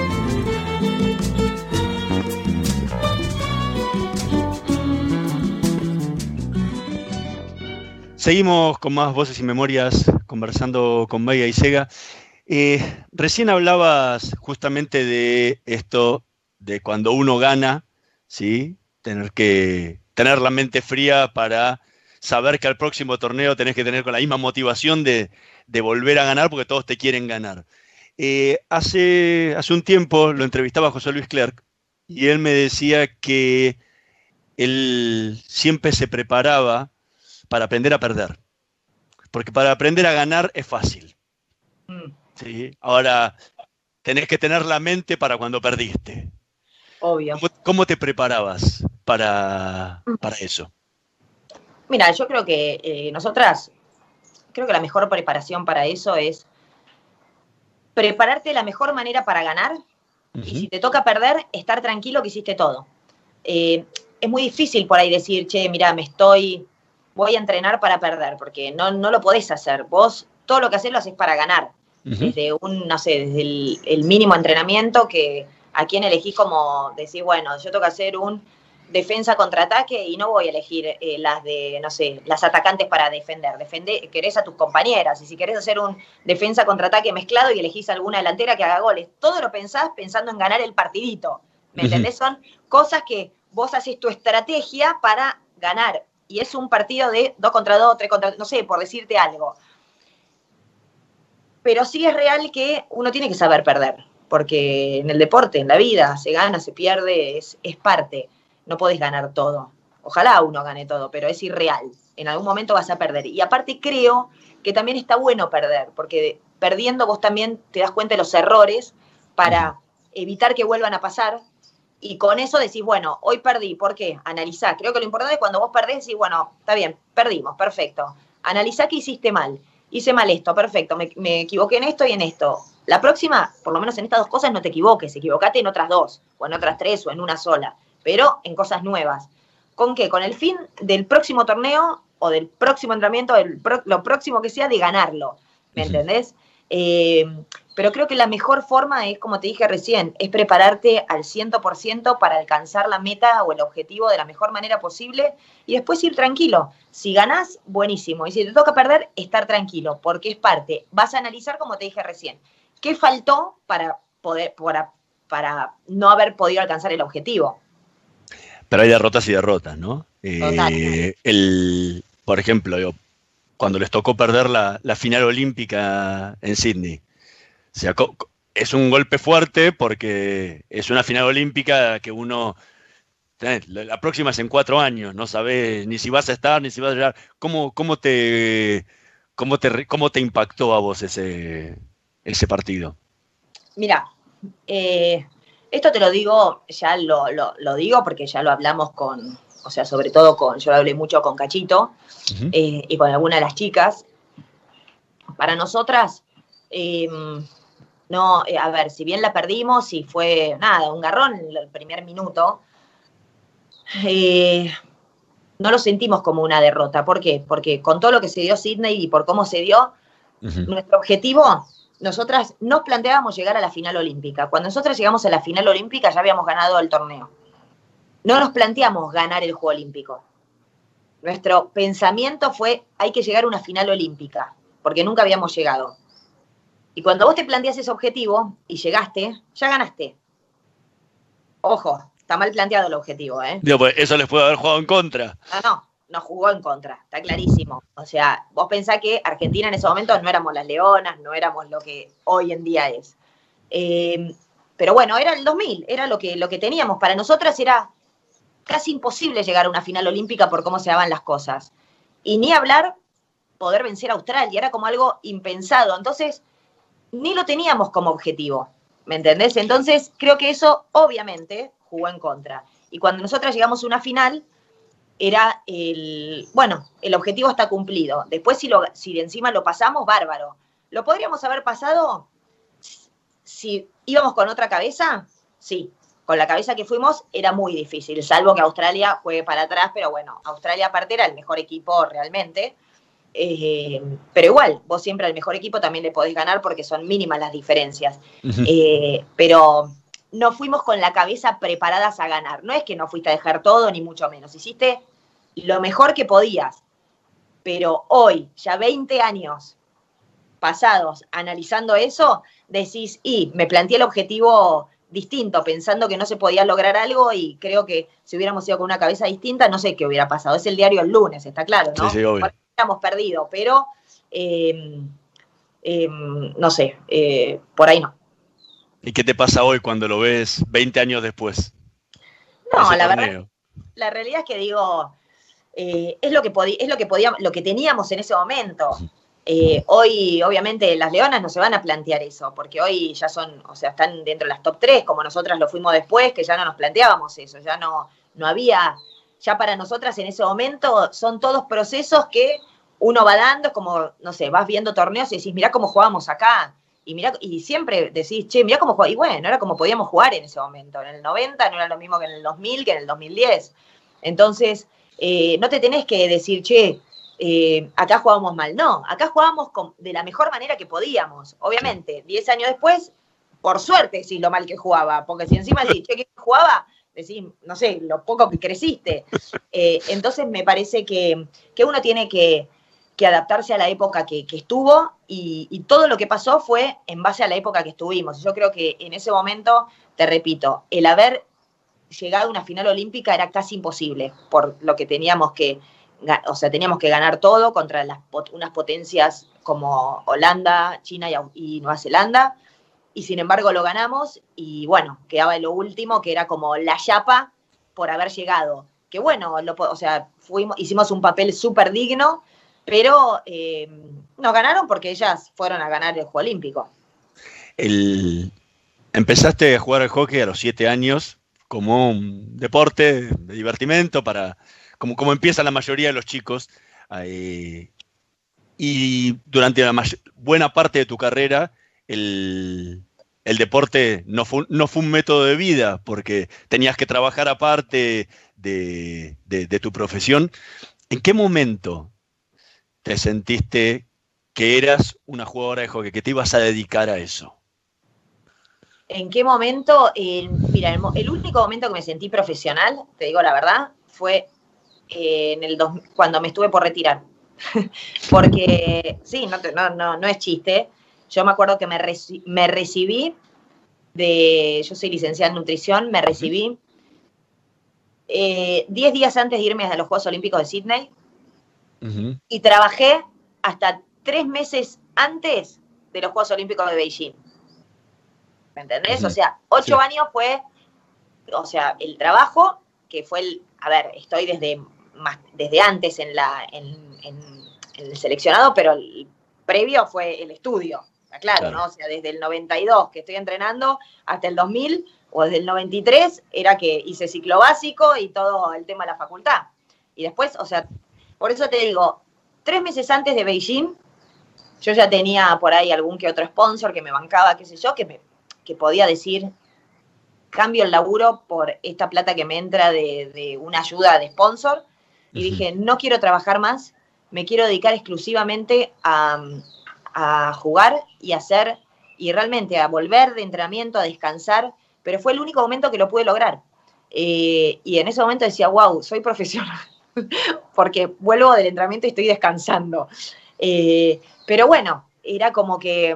Seguimos con más Voces y Memorias, conversando con Maya Isega. Eh, recién hablabas justamente de esto, de cuando uno gana, ¿sí? Tener que tener la mente fría para saber que al próximo torneo tenés que tener con la misma motivación de, de volver a ganar porque todos te quieren ganar. Eh, hace, hace un tiempo lo entrevistaba José Luis Clerc y él me decía que él siempre se preparaba para aprender a perder. Porque para aprender a ganar es fácil. Mm. ¿Sí? Ahora, tenés que tener la mente para cuando perdiste. Obvio. ¿Cómo, cómo te preparabas para, para eso? Mira, yo creo que eh, nosotras, creo que la mejor preparación para eso es prepararte de la mejor manera para ganar. Uh-huh. Y si te toca perder, estar tranquilo que hiciste todo. Eh, es muy difícil por ahí decir, che, mira, me estoy, voy a entrenar para perder, porque no, no lo podés hacer. Vos todo lo que haces lo haces para ganar. Uh-huh. Desde un, no sé, desde el, el mínimo entrenamiento que a quien elegís como decir, bueno, yo tengo que hacer un defensa contra ataque y no voy a elegir eh, las de, no sé, las atacantes para defender. Defender, querés a tus compañeras. Y si querés hacer un defensa contra ataque mezclado y elegís alguna delantera que haga goles, todo lo pensás pensando en ganar el partidito. ¿Me entendés? Son cosas que vos haces tu estrategia para ganar. Y es un partido de dos contra dos, tres contra dos, no sé, por decirte algo. Pero sí es real que uno tiene que saber perder. Porque en el deporte, en la vida, se gana, se pierde, es, es parte. No podés ganar todo. Ojalá uno gane todo, pero es irreal. En algún momento vas a perder. Y aparte creo que también está bueno perder, porque perdiendo vos también te das cuenta de los errores para evitar que vuelvan a pasar. Y con eso decís, bueno, hoy perdí. ¿Por qué? Analizá. Creo que lo importante es cuando vos perdés, decís, bueno, está bien, perdimos, perfecto. Analizá qué hiciste mal. Hice mal esto, perfecto. Me, me equivoqué en esto y en esto. La próxima, por lo menos en estas dos cosas, no te equivoques. Equivocate en otras dos, o en otras tres, o en una sola. Pero en cosas nuevas. ¿Con qué? Con el fin del próximo torneo o del próximo entrenamiento, el pro, lo próximo que sea, de ganarlo. ¿Me entendés? Eh, pero creo que la mejor forma es, como te dije recién, es prepararte al cien por ciento para alcanzar la meta o el objetivo de la mejor manera posible y después ir tranquilo. Si ganás, buenísimo. Y si te toca perder, estar tranquilo, porque es parte. Vas a analizar, como te dije recién, qué faltó para poder, para, para no haber podido alcanzar el objetivo. Pero hay derrotas y derrotas, ¿no? Eh, el, por ejemplo, yo, cuando les tocó perder la, la final olímpica en Sydney, o sea, es un golpe fuerte porque es una final olímpica que uno, la próxima es en cuatro años, no sabes ni si vas a estar, ni si vas a llegar. ¿Cómo, cómo, te, cómo, te, cómo te impactó a vos ese, ese partido? Mira, eh... esto te lo digo, ya lo, lo, lo digo porque ya lo hablamos con, o sea, sobre todo con, yo lo hablé mucho con Cachito uh-huh. eh, y con alguna de las chicas. Para nosotras, eh, no, eh, a ver, si bien la perdimos y fue, nada, un garrón en el primer minuto, eh, no lo sentimos como una derrota. ¿Por qué? Porque con todo lo que se dio Sydney y por cómo se dio, uh-huh. nuestro objetivo... Nosotras nos planteábamos llegar a la final olímpica. Cuando nosotras llegamos a la final olímpica ya habíamos ganado el torneo. No nos planteamos ganar el Juego Olímpico. Nuestro pensamiento fue, hay que llegar a una final olímpica, porque nunca habíamos llegado. Y cuando vos te planteás ese objetivo y llegaste, ya ganaste. Ojo, está mal planteado el objetivo, ¿eh? Digo, pues eso les puede haber jugado en contra. No, no. Nos jugó en contra, está clarísimo. O sea, vos pensás que Argentina en ese momento no éramos las Leonas, no éramos lo que hoy en día es. Eh, pero bueno, era el dos mil, era lo que, lo que teníamos. Para nosotras era casi imposible llegar a una final olímpica por cómo se daban las cosas. Y ni hablar poder vencer a Australia, era como algo impensado. Entonces, ni lo teníamos como objetivo, ¿me entendés? Entonces, creo que eso obviamente jugó en contra. Y cuando nosotras llegamos a una final... era el, bueno, el objetivo está cumplido. Después si, lo, si de encima lo pasamos, bárbaro. ¿Lo podríamos haber pasado si íbamos con otra cabeza? Sí, con la cabeza que fuimos era muy difícil, salvo que Australia juegue para atrás, pero bueno, Australia aparte era el mejor equipo realmente. Eh, pero igual, vos siempre al mejor equipo también le podés ganar porque son mínimas las diferencias. Uh-huh. Eh, pero... no fuimos con la cabeza preparadas a ganar. No es que no fuiste a dejar todo, ni mucho menos. Hiciste lo mejor que podías. Pero hoy, ya veinte años pasados, analizando eso, decís, y me planteé el objetivo distinto, pensando que no se podía lograr algo, y creo que si hubiéramos ido con una cabeza distinta, no sé qué hubiera pasado. Es el diario el lunes, está claro, ¿no? Sí, sí, obvio. Hubiéramos perdido, pero... Eh, eh, no sé, eh, por ahí no. ¿Y qué te pasa hoy cuando lo ves veinte años después? No, ese la torneo? verdad, la realidad es que digo, eh, es lo que podí- es lo que podíamos, lo que teníamos en ese momento. Eh, hoy, obviamente, las Leonas no se van a plantear eso, porque hoy ya son, o sea, están dentro de las top tres, como nosotras lo fuimos después, que ya no nos planteábamos eso, ya no, no había, ya para nosotras en ese momento son todos procesos que uno va dando, es como, no sé, vas viendo torneos y decís, mirá cómo jugábamos acá, y mirá, y siempre decís, che, mirá cómo jugábamos, y bueno, era como podíamos jugar en ese momento, en el noventa no era lo mismo que en el dos mil, que en el dos mil diez. Entonces, eh, no te tenés que decir, che, eh, acá jugábamos mal. No, acá jugábamos con, de la mejor manera que podíamos. Obviamente, diez años después, por suerte decís lo mal que jugaba, porque si encima decís, che, ¿qué jugaba? Decís, no sé, lo poco que creciste. Eh, entonces me parece que, que uno tiene que, que adaptarse a la época que, que estuvo y, y todo lo que pasó fue en base a la época que estuvimos. Yo creo que en ese momento, te repito, el haber llegado a una final olímpica era casi imposible, por lo que teníamos que, o sea, teníamos que ganar todo contra las, unas potencias como Holanda, China y, y Nueva Zelanda, y sin embargo lo ganamos, y bueno, quedaba lo último, que era como la chapa por haber llegado. Que bueno, lo, o sea, fuimos, hicimos un papel súper digno, pero eh, nos ganaron porque ellas fueron a ganar el Juego Olímpico. El... Empezaste a jugar al hockey a los siete años como un deporte de divertimento, para, como, como empieza la mayoría de los chicos. Eh, y durante la buena parte de tu carrera, el, el deporte no fue, no fue un método de vida, porque tenías que trabajar aparte de, de, de tu profesión. ¿En qué momento te sentiste que eras una jugadora de hockey, que te ibas a dedicar a eso? ¿En qué momento? Eh, mira, el, el único momento que me sentí profesional, te digo la verdad, fue eh, en el dos, cuando me estuve por retirar. Porque, sí, no, te, no, no, no es chiste. Yo me acuerdo que me, reci, me recibí de, yo soy licenciada en nutrición, me recibí eh, diez días antes de irme a los Juegos Olímpicos de Sydney, uh-huh. y trabajé hasta tres meses antes de los Juegos Olímpicos de Beijing. ¿Me entendés? Uh-huh. O sea, ocho sí. años fue, o sea, el trabajo, que fue el, a ver, estoy desde, más, desde antes en, la, en, en, en el seleccionado, pero el previo fue el estudio, claro, claro, ¿no? O sea, desde el noventa y dos que estoy entrenando hasta el dos mil, o desde el noventa y tres, era que hice ciclo básico y todo el tema de la facultad. Y después, o sea, por eso te digo, tres meses antes de Beijing, yo ya tenía por ahí algún que otro sponsor que me bancaba, qué sé yo, que me que podía decir, cambio el laburo por esta plata que me entra de, de una ayuda de sponsor, y uh-huh. dije, no quiero trabajar más, me quiero dedicar exclusivamente a, a jugar y hacer, y realmente a volver de entrenamiento, a descansar, pero fue el único momento que lo pude lograr. Eh, y en ese momento decía, wow, soy profesional, porque vuelvo del entrenamiento y estoy descansando. Eh, pero bueno, era como que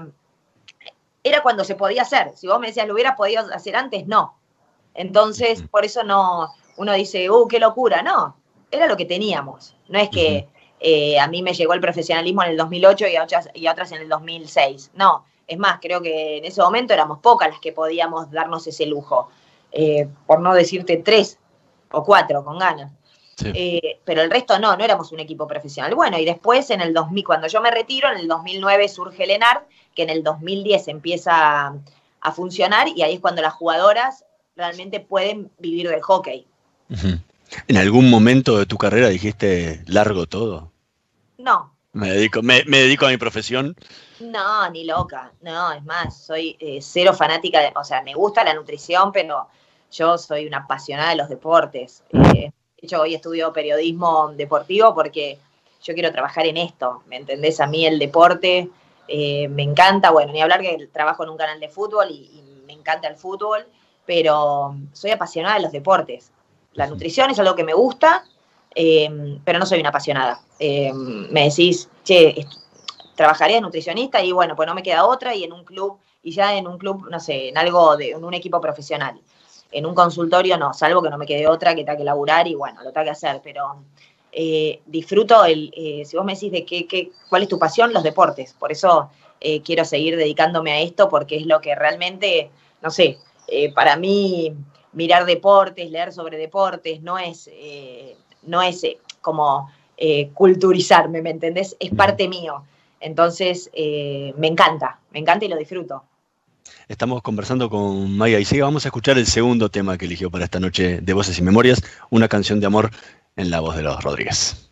era cuando se podía hacer. Si vos me decías, ¿lo hubiera podido hacer antes? No. Entonces, por eso no, uno dice, ¡uh, qué locura! No, era lo que teníamos. No es que eh, a mí me llegó el profesionalismo en el dos mil ocho y a, otras, y a otras en el dos mil seis. No, es más, creo que en ese momento éramos pocas las que podíamos darnos ese lujo. Eh, por no decirte tres o cuatro, con ganas. Sí. Eh, pero el resto no, no éramos un equipo profesional. Bueno, y después en el dos mil, cuando yo me retiro, en el dos mil nueve surge el ENAR, que en el dos mil diez empieza a, a funcionar, y ahí es cuando las jugadoras realmente pueden vivir del hockey. Uh-huh. ¿En algún momento de tu carrera dijiste, largo todo? No. ¿Me dedico, me, me dedico a mi profesión? No, ni loca. No, es más, soy eh, cero fanática, de, o sea, me gusta la nutrición, pero yo soy una apasionada de los deportes. Eh, de hecho, hoy estudio periodismo deportivo porque yo quiero trabajar en esto, ¿me entendés? A mí el deporte eh, me encanta, bueno, ni hablar que trabajo en un canal de fútbol y, y me encanta el fútbol, pero soy apasionada de los deportes. La nutrición es algo que me gusta, eh, pero no soy una apasionada. Eh, me decís, che, trabajaré de nutricionista y bueno, pues no me queda otra, y en un club, y ya en un club, no sé, en algo de en un equipo profesional. En un consultorio no, salvo que no me quede otra, que tenga que laburar y bueno, lo tenga que hacer, pero eh, disfruto, el, eh, si vos me decís de qué, qué, cuál es tu pasión, los deportes. Por eso eh, quiero seguir dedicándome a esto porque es lo que realmente, no sé, eh, para mí mirar deportes, leer sobre deportes, no es, eh, no es eh, como eh, culturizarme, ¿me entendés? Es parte mío. Entonces, eh, me encanta, me encanta y lo disfruto. Estamos conversando con Maya Isega. Vamos a escuchar el segundo tema que eligió para esta noche de Voces y Memorias, una canción de amor en la voz de los Rodríguez.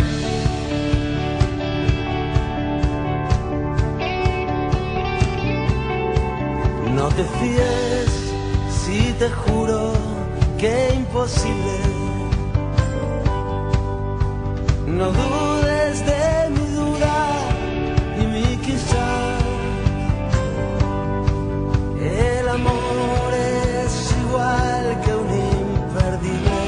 No te fíes si te juro que imposible. No dudes de mi duda y mi quizá. El amor es igual que un imperdible,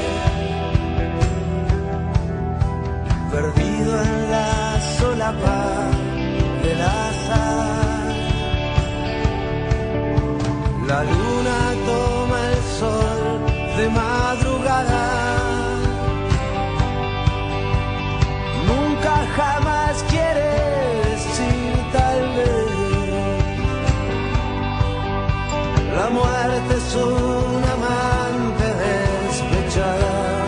perdido en la solapa del azar. La luna toma el sol de madrugada. Nunca jamás quiere decir tal vez. La muerte es un amante despechada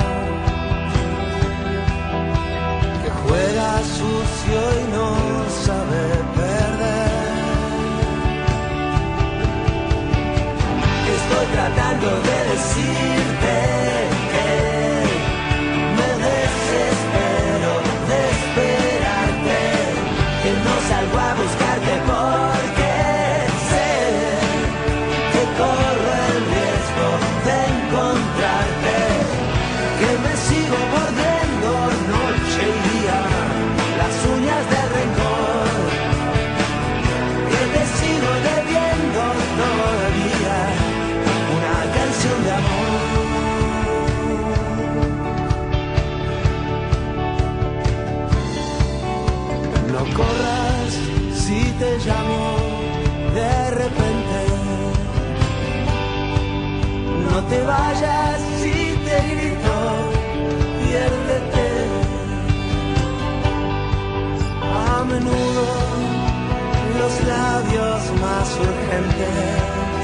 que juega sucio y no sabe perder. Estoy tratando de decirte que me desespero de esperarte, que no salgo a buscarte porque sé que corro el riesgo de encontrarte, que me sigo mordiendo noche y día las uñas del rencor, que te sigo debiendo todavía una canción de amor. No corras si te llamo de repente. No te vayas si te grito, piérdete. A menudo los labios más urgentes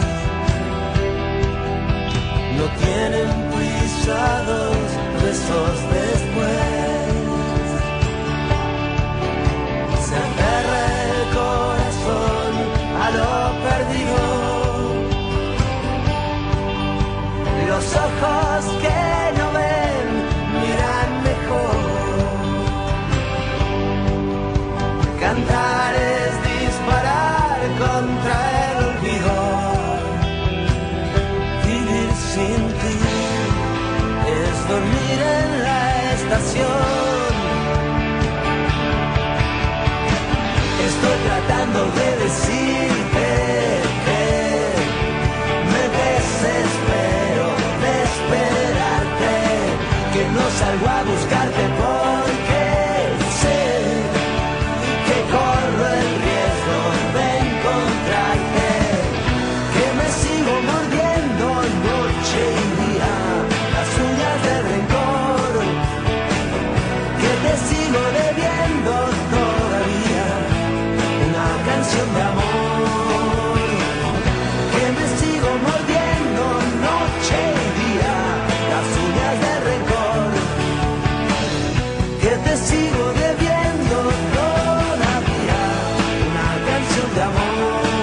no tienen prisa, dos besos después. Se aferra el corazón a lo perdido. Los ojos que no ven miran mejor. Cantar es disparar contra el olvido. Vivir sin ti es dormir en la estación. Estoy tratando de decirte que me desespero de esperarte, que no salgo a buscarte porque sé que corro el riesgo de encontrarte, que me sigo mordiendo noche y día las uñas del rencor, que te sigo debiendo todavía una canción de amor, que me sigo mordiendo noche y día las uñas del rencor, que te sigo debiendo todavía una canción de amor.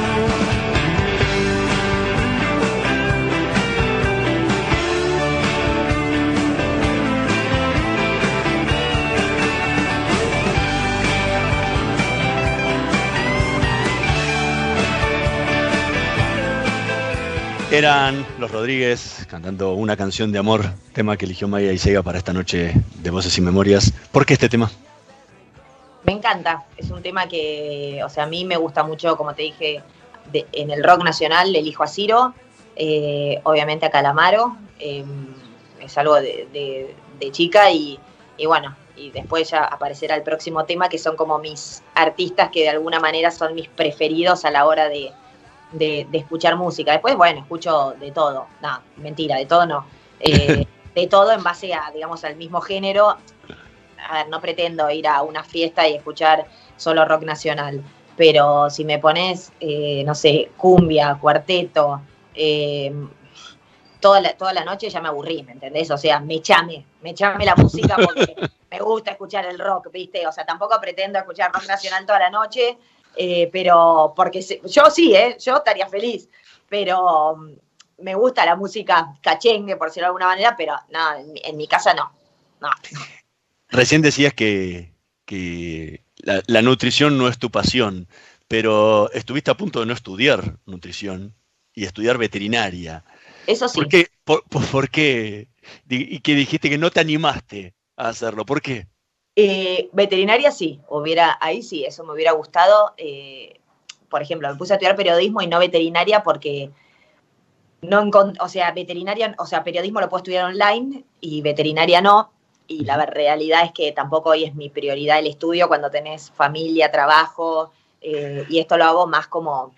Eran los Rodríguez cantando una canción de amor, tema que eligió Maya Isega para esta noche de Voces y Memorias. ¿Por qué este tema? Me encanta, es un tema que, o sea, a mí me gusta mucho, como te dije, de, en el rock nacional elijo a Ciro, eh, obviamente a Calamaro, eh, es algo de, de, de chica y, y bueno, y después ya aparecerá el próximo tema, que son como mis artistas que de alguna manera son mis preferidos a la hora de, de, de escuchar música. Después, bueno, escucho de todo, no, mentira, de todo no, eh, de todo en base a, digamos, al mismo género. A ver, no pretendo ir a una fiesta y escuchar solo rock nacional, pero si me pones, eh, no sé, cumbia, cuarteto, eh, toda, la, toda la noche ya me aburrí, ¿me entendés? O sea, me chame, me chame la música porque me gusta escuchar el rock, ¿viste? O sea, tampoco pretendo escuchar rock nacional toda la noche, eh, pero porque se, yo sí, ¿eh? Yo estaría feliz, pero um, me gusta la música cachengue, por decirlo de alguna manera, pero no, en, en mi casa no, no. Recién decías que, que la, la nutrición no es tu pasión, pero estuviste a punto de no estudiar nutrición y estudiar veterinaria. Eso sí. ¿Por qué? ¿Por, por, por qué? Y que dijiste que no te animaste a hacerlo. ¿Por qué? Eh, veterinaria sí, hubiera, ahí sí, eso me hubiera gustado. Eh, por ejemplo, me puse a estudiar periodismo y no veterinaria porque no encont- o sea, veterinaria, o sea, periodismo lo puedo estudiar online y veterinaria no. Y la realidad es que tampoco hoy es mi prioridad el estudio cuando tenés familia, trabajo, eh, y esto lo hago más como,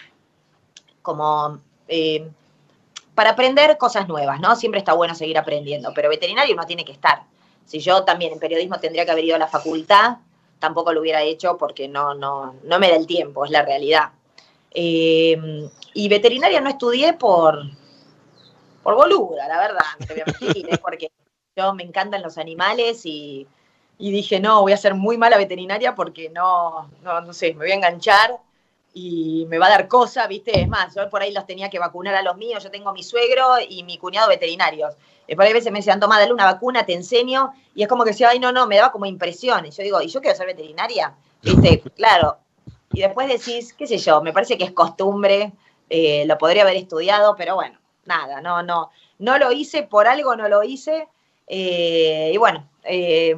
como eh, para aprender cosas nuevas, ¿no? Siempre está bueno seguir aprendiendo, pero veterinario uno tiene que estar. Si yo también en periodismo tendría que haber ido a la facultad, tampoco lo hubiera hecho porque no, no, no me da el tiempo, es la realidad. Eh, y veterinaria no estudié por, por boluda, la verdad, no te voy a mentir, es porque yo me encantan los animales y, y dije, no, voy a ser muy mala veterinaria porque no, no, no sé, me voy a enganchar y me va a dar cosa, ¿viste? Es más, yo por ahí los tenía que vacunar a los míos, yo tengo a mi suegro y mi cuñado veterinarios. Y por ahí a veces me decían, toma, dale una vacuna, te enseño, y es como que decía, ay, no, no, me daba como impresión. Y yo digo, ¿y yo quiero ser veterinaria? ¿Viste? Claro. Y después decís, qué sé yo, me parece que es costumbre, eh, lo podría haber estudiado, pero bueno, nada, no, no, no lo hice, por algo no lo hice. Eh, y bueno, eh,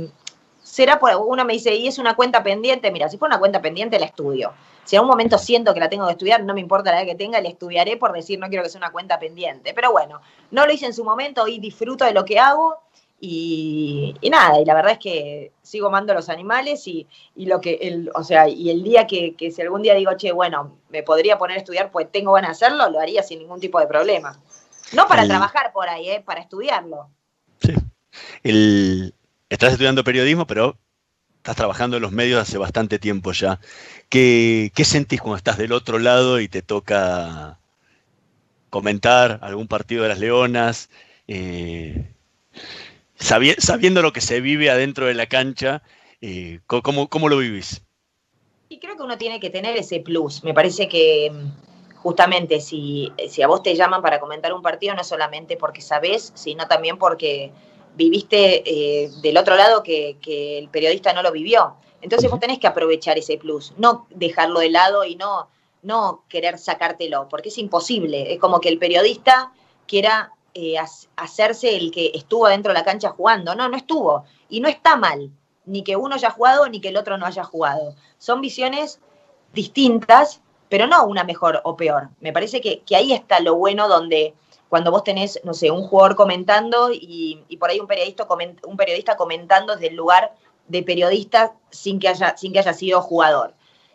será por, uno me dice, ¿y es una cuenta pendiente? Mira, si fuera una cuenta pendiente, la estudio. Si en un momento siento que la tengo que estudiar, no me importa la edad que tenga, la estudiaré por decir, no quiero que sea una cuenta pendiente. Pero bueno, no lo hice en su momento y disfruto de lo que hago y, y nada, y la verdad es que sigo amando los animales y, y lo que, el, o sea, y el día que, que si algún día digo, che, bueno, me podría poner a estudiar, pues tengo ganas de hacerlo, lo haría sin ningún tipo de problema. No para el... trabajar por ahí, ¿eh? Para estudiarlo. Sí. El, estás estudiando periodismo, pero estás trabajando en los medios hace bastante tiempo ya. ¿Qué, qué sentís cuando estás del otro lado y te toca comentar algún partido de las Leonas? Eh, sabi- sabiendo lo que se vive adentro de la cancha, eh, ¿cómo, cómo lo vivís? Y creo que uno tiene que tener ese plus. Me parece que justamente si, si a vos te llaman para comentar un partido, no solamente porque sabés, sino también porque viviste eh, del otro lado que, que el periodista no lo vivió. Entonces vos tenés que aprovechar ese plus, no dejarlo de lado y no, no querer sacártelo, porque es imposible. Es como que el periodista quiera eh, hacerse el que estuvo dentro de la cancha jugando. No, no estuvo. Y no está mal, ni que uno haya jugado ni que el otro no haya jugado. Son visiones distintas, pero no una mejor o peor. Me parece que, que ahí está lo bueno, donde cuando vos tenés, no sé, un jugador comentando y, y por ahí un periodista, coment, un periodista comentando desde el lugar de periodista sin que haya, sin que haya sido jugador.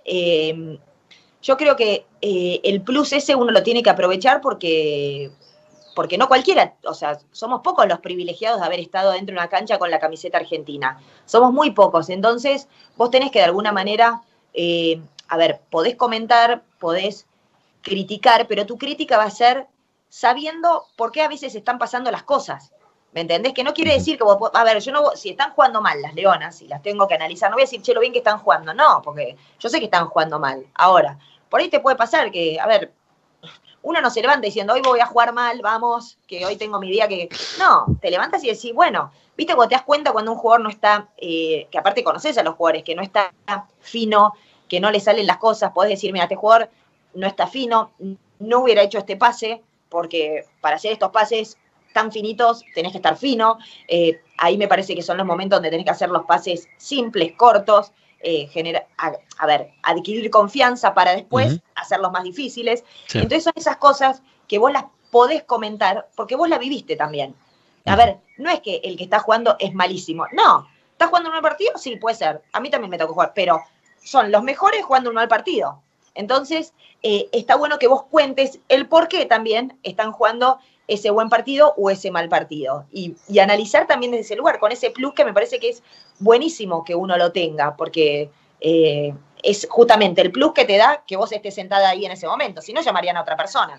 Eh, yo creo que eh, el plus ese uno lo tiene que aprovechar porque, porque no cualquiera, o sea, somos pocos los privilegiados de haber estado dentro de una cancha con la camiseta argentina. Somos muy pocos, entonces vos tenés que de alguna manera, eh, a ver, podés comentar, podés criticar, pero tu crítica va a ser sabiendo por qué a veces están pasando las cosas. ¿Me entendés? Que no quiere decir que vos, a ver, yo no, si están jugando mal las Leonas y las tengo que analizar, no voy a decir, che, lo bien que están jugando, no, porque yo sé que están jugando mal. Ahora, por ahí te puede pasar que, a ver, uno no se levanta diciendo, hoy voy a jugar mal, vamos, que hoy tengo mi día que... No, te levantas y decís, bueno, viste cuando te das cuenta cuando un jugador no está, eh, que aparte conoces a los jugadores, que no está fino, que no le salen las cosas, podés decir, mira, este jugador no está fino, no hubiera hecho este pase, porque para hacer estos pases tan finitos tenés que estar fino. Eh, ahí me parece que son los momentos donde tenés que hacer los pases simples, cortos, eh, genera, a, a ver, adquirir confianza para después uh-huh. hacerlos más difíciles. Sí. Entonces son esas cosas que vos las podés comentar porque vos las viviste también. A ver, no es que el que está jugando es malísimo. No, ¿estás jugando un mal partido? Sí, puede ser. A mí también me tocó jugar, pero son los mejores jugando un mal partido. Entonces, eh, está bueno que vos cuentes el por qué también están jugando ese buen partido o ese mal partido. Y, y analizar también desde ese lugar, con ese plus que me parece que es buenísimo que uno lo tenga, porque eh, es justamente el plus que te da que vos estés sentada ahí en ese momento. Si no, llamarían a otra persona.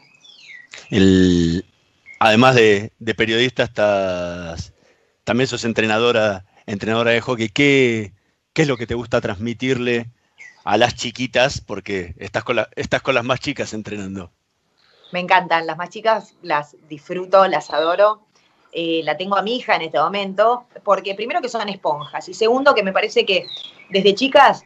El, además de, de periodista, estás, también sos entrenadora, entrenadora de hockey. ¿Qué, ¿Qué es lo que te gusta transmitirle a las chiquitas? Porque estás con, la, estás con las más chicas entrenando. Me encantan, las más chicas las disfruto, las adoro. Eh, la tengo a mi hija en este momento, porque primero que son esponjas, y segundo que me parece que desde chicas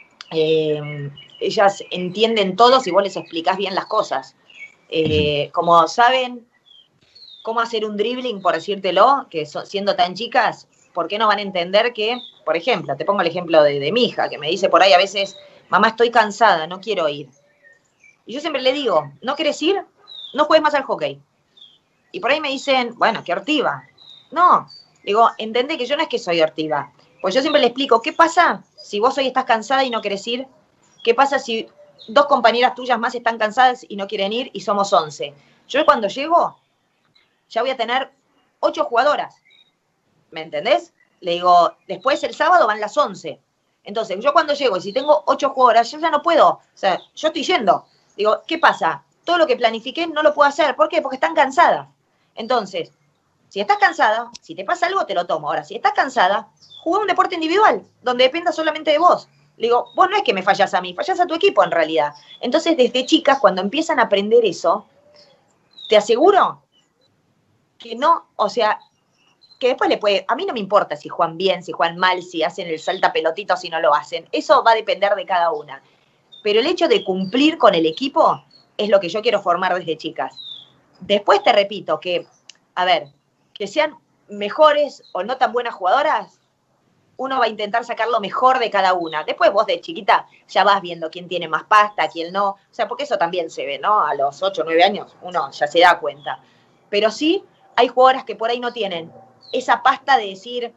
eh, ellas entienden todo si vos les explicás bien las cosas. Eh, como saben cómo hacer un dribbling, por decírtelo, que so, siendo tan chicas, ¿por qué no van a entender que, por ejemplo, te pongo el ejemplo de, de mi hija, que me dice por ahí a veces, mamá, estoy cansada, no quiero ir? Y yo siempre le digo, ¿no querés ir? No juegues más al hockey. Y por ahí me dicen, bueno, qué hortiva. No, digo, entendé que yo no es que soy hortiva. Pues yo siempre le explico, ¿qué pasa si vos hoy estás cansada y no querés ir? ¿Qué pasa si dos compañeras tuyas más están cansadas y no quieren ir y somos once? Yo cuando llego, ya voy a tener ocho jugadoras. ¿Me entendés? Le digo, después el sábado van las once. Entonces, yo cuando llego y si tengo ocho jugadoras, yo ya no puedo. O sea, yo estoy yendo. Digo, ¿qué pasa? Todo lo que planifiqué no lo puedo hacer. ¿Por qué? Porque están cansadas. Entonces, si estás cansada, si te pasa algo, te lo tomo. Ahora, si estás cansada, juega un deporte individual, donde dependa solamente de vos. Le digo, vos no es que me fallás a mí, fallás a tu equipo en realidad. Entonces, desde chicas, cuando empiezan a aprender eso, te aseguro que no, o sea, que después le puede, a mí no me importa si juegan bien, si juegan mal, si hacen el salta pelotito, si no lo hacen. Eso va a depender de cada una. Pero el hecho de cumplir con el equipo es lo que yo quiero formar desde chicas. Después te repito que, a ver, que sean mejores o no tan buenas jugadoras, uno va a intentar sacar lo mejor de cada una. Después vos de chiquita ya vas viendo quién tiene más pasta, quién no. O sea, porque eso también se ve, ¿no? A los ocho o nueve años uno ya se da cuenta. Pero sí hay jugadoras que por ahí no tienen esa pasta de decir,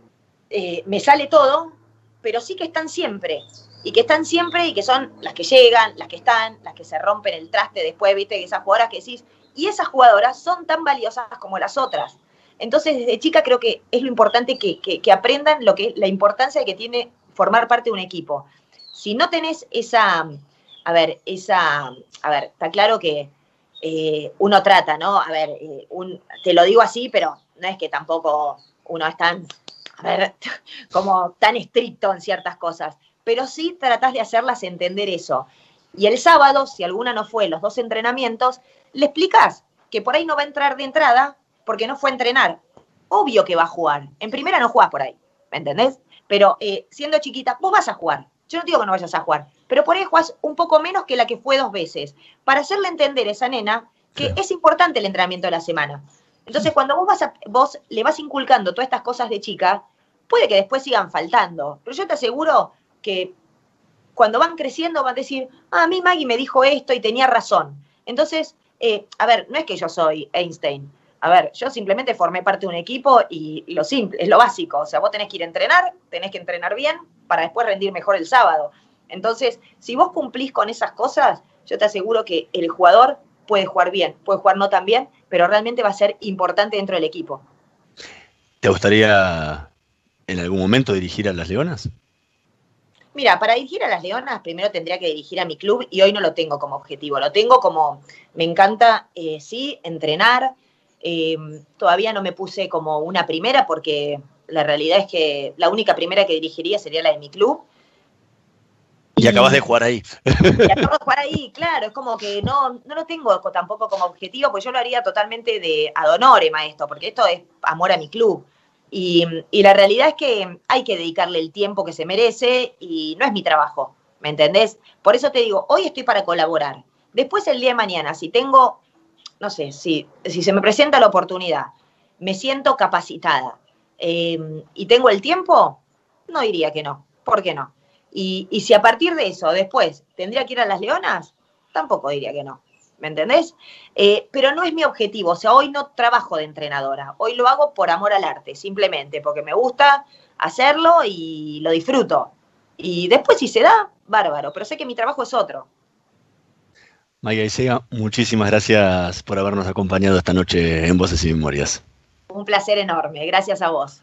eh, me sale todo, pero sí que están siempre. Y que están siempre y que son las que llegan, las que están, las que se rompen el traste después, viste, esas jugadoras que decís, y esas jugadoras son tan valiosas como las otras. Entonces, desde chica creo que es lo importante que, que, que aprendan lo que la importancia que tiene formar parte de un equipo. Si no tenés esa, a ver, esa, a ver, está claro que eh, uno trata, ¿no? A ver, eh, un, te lo digo así, pero no es que tampoco uno es tan, a ver, como tan estricto en ciertas cosas, pero sí tratás de hacerlas entender eso. Y el sábado, si alguna no fue los dos entrenamientos, le explicás que por ahí no va a entrar de entrada porque no fue a entrenar. Obvio que va a jugar. En primera no jugás por ahí, ¿me entendés? Pero eh, siendo chiquita, vos vas a jugar. Yo no digo que no vayas a jugar, pero por ahí jugás un poco menos que la que fue dos veces, para hacerle entender a esa nena que sí, es importante el entrenamiento de la semana. Entonces, cuando vos, vas a, vos le vas inculcando todas estas cosas de chica, puede que después sigan faltando. Pero yo te aseguro que cuando van creciendo van a decir, ah, a mí Maggie me dijo esto y tenía razón. Entonces, eh, a ver, no es que yo soy Einstein. A ver, yo simplemente formé parte de un equipo y lo simple, es lo básico. O sea, vos tenés que ir a entrenar, tenés que entrenar bien para después rendir mejor el sábado. Entonces, si vos cumplís con esas cosas, yo te aseguro que el jugador puede jugar bien, puede jugar no tan bien, pero realmente va a ser importante dentro del equipo. ¿Te gustaría en algún momento dirigir a las Leonas? Mira, para dirigir a las Leonas primero tendría que dirigir a mi club y hoy no lo tengo como objetivo, lo tengo como, me encanta, eh, sí, entrenar. Eh, todavía no me puse como una primera porque la realidad es que la única primera que dirigiría sería la de mi club. Y, y acabas de jugar ahí. Y acabo de jugar ahí, claro, es como que no, no lo tengo tampoco como objetivo, pues yo lo haría totalmente de ad honorem a esto, porque esto es amor a mi club. Y, y la realidad es que hay que dedicarle el tiempo que se merece y no es mi trabajo, ¿me entendés? Por eso te digo, hoy estoy para colaborar. Después el día de mañana, si tengo, no sé, si, si se me presenta la oportunidad, me siento capacitada eh, y tengo el tiempo, no diría que no. ¿Por qué no? Y, y si a partir de eso después tendría que ir a las Leonas, tampoco diría que no. ¿Me entendés? Eh, pero no es mi objetivo, o sea, hoy no trabajo de entrenadora, hoy lo hago por amor al arte, simplemente porque me gusta hacerlo y lo disfruto. Y después si se da, bárbaro, pero sé que mi trabajo es otro. Maggie Aisega, muchísimas gracias por habernos acompañado esta noche en Voces y Memorias. Un placer enorme, gracias a vos.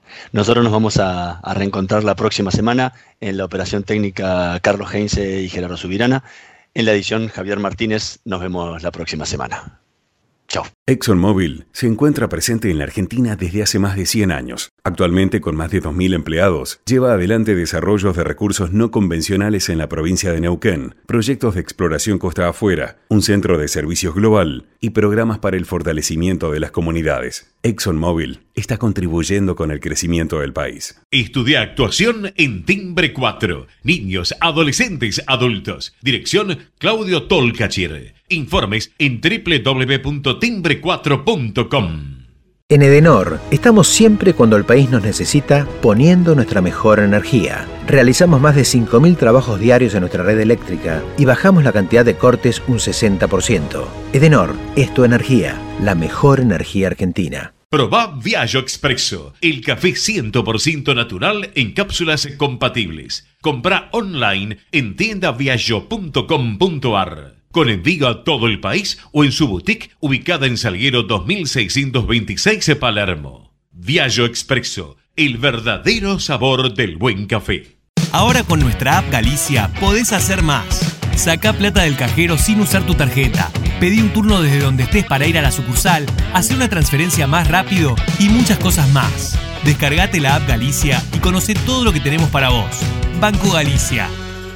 Nosotros nos vamos a, a reencontrar la próxima semana en la operación técnica Carlos Heinze y Gerardo Subirana. En la edición Javier Martínez. Nos vemos la próxima semana. Chao. ExxonMobil se encuentra presente en la Argentina desde hace más de cien años. Actualmente, con más de dos mil empleados, lleva adelante desarrollos de recursos no convencionales en la provincia de Neuquén, proyectos de exploración costa afuera, un centro de servicios global y programas para el fortalecimiento de las comunidades. ExxonMobil está contribuyendo con el crecimiento del país. Estudia actuación en Timbre cuatro. Niños, adolescentes, adultos. Dirección Claudio Tolcachir. Informes en doble u doble u doble u punto timbre cuatro punto com. En Edenor estamos siempre cuando el país nos necesita poniendo nuestra mejor energía. Realizamos más de cinco mil trabajos diarios en nuestra red eléctrica y bajamos la cantidad de cortes un sesenta por ciento. Edenor es tu energía, la mejor energía argentina. Probá Viaggio Expresso, el café cien por ciento natural en cápsulas compatibles. Comprá online en tienda viaggio punto com punto ar. Con envío a todo el país o en su boutique ubicada en Salguero dos mil seiscientos veintiséis Palermo. Viaggio Expresso, el verdadero sabor del buen café. Ahora con nuestra app Galicia podés hacer más. Sacá plata del cajero sin usar tu tarjeta. Pedí un turno desde donde estés para ir a la sucursal, hacé una transferencia más rápido y muchas cosas más. Descargate la app Galicia y conoce todo lo que tenemos para vos. Banco Galicia.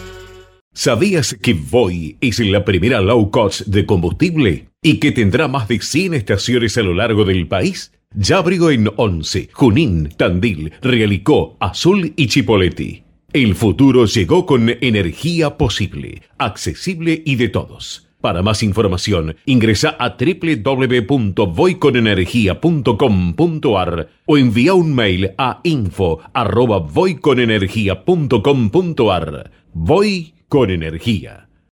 ¿Sabías que Voy es la primera low cost de combustible y que tendrá más de cien estaciones a lo largo del país? Ya abrigo en Once, Junín, Tandil, Realicó, Azul y Chipoleti. El futuro llegó con energía posible, accesible y de todos. Para más información, ingresa a doble u doble u doble u punto voy con energía punto com punto ar o envía un mail a info arroba voy con energía punto com punto ar. Voy con energía.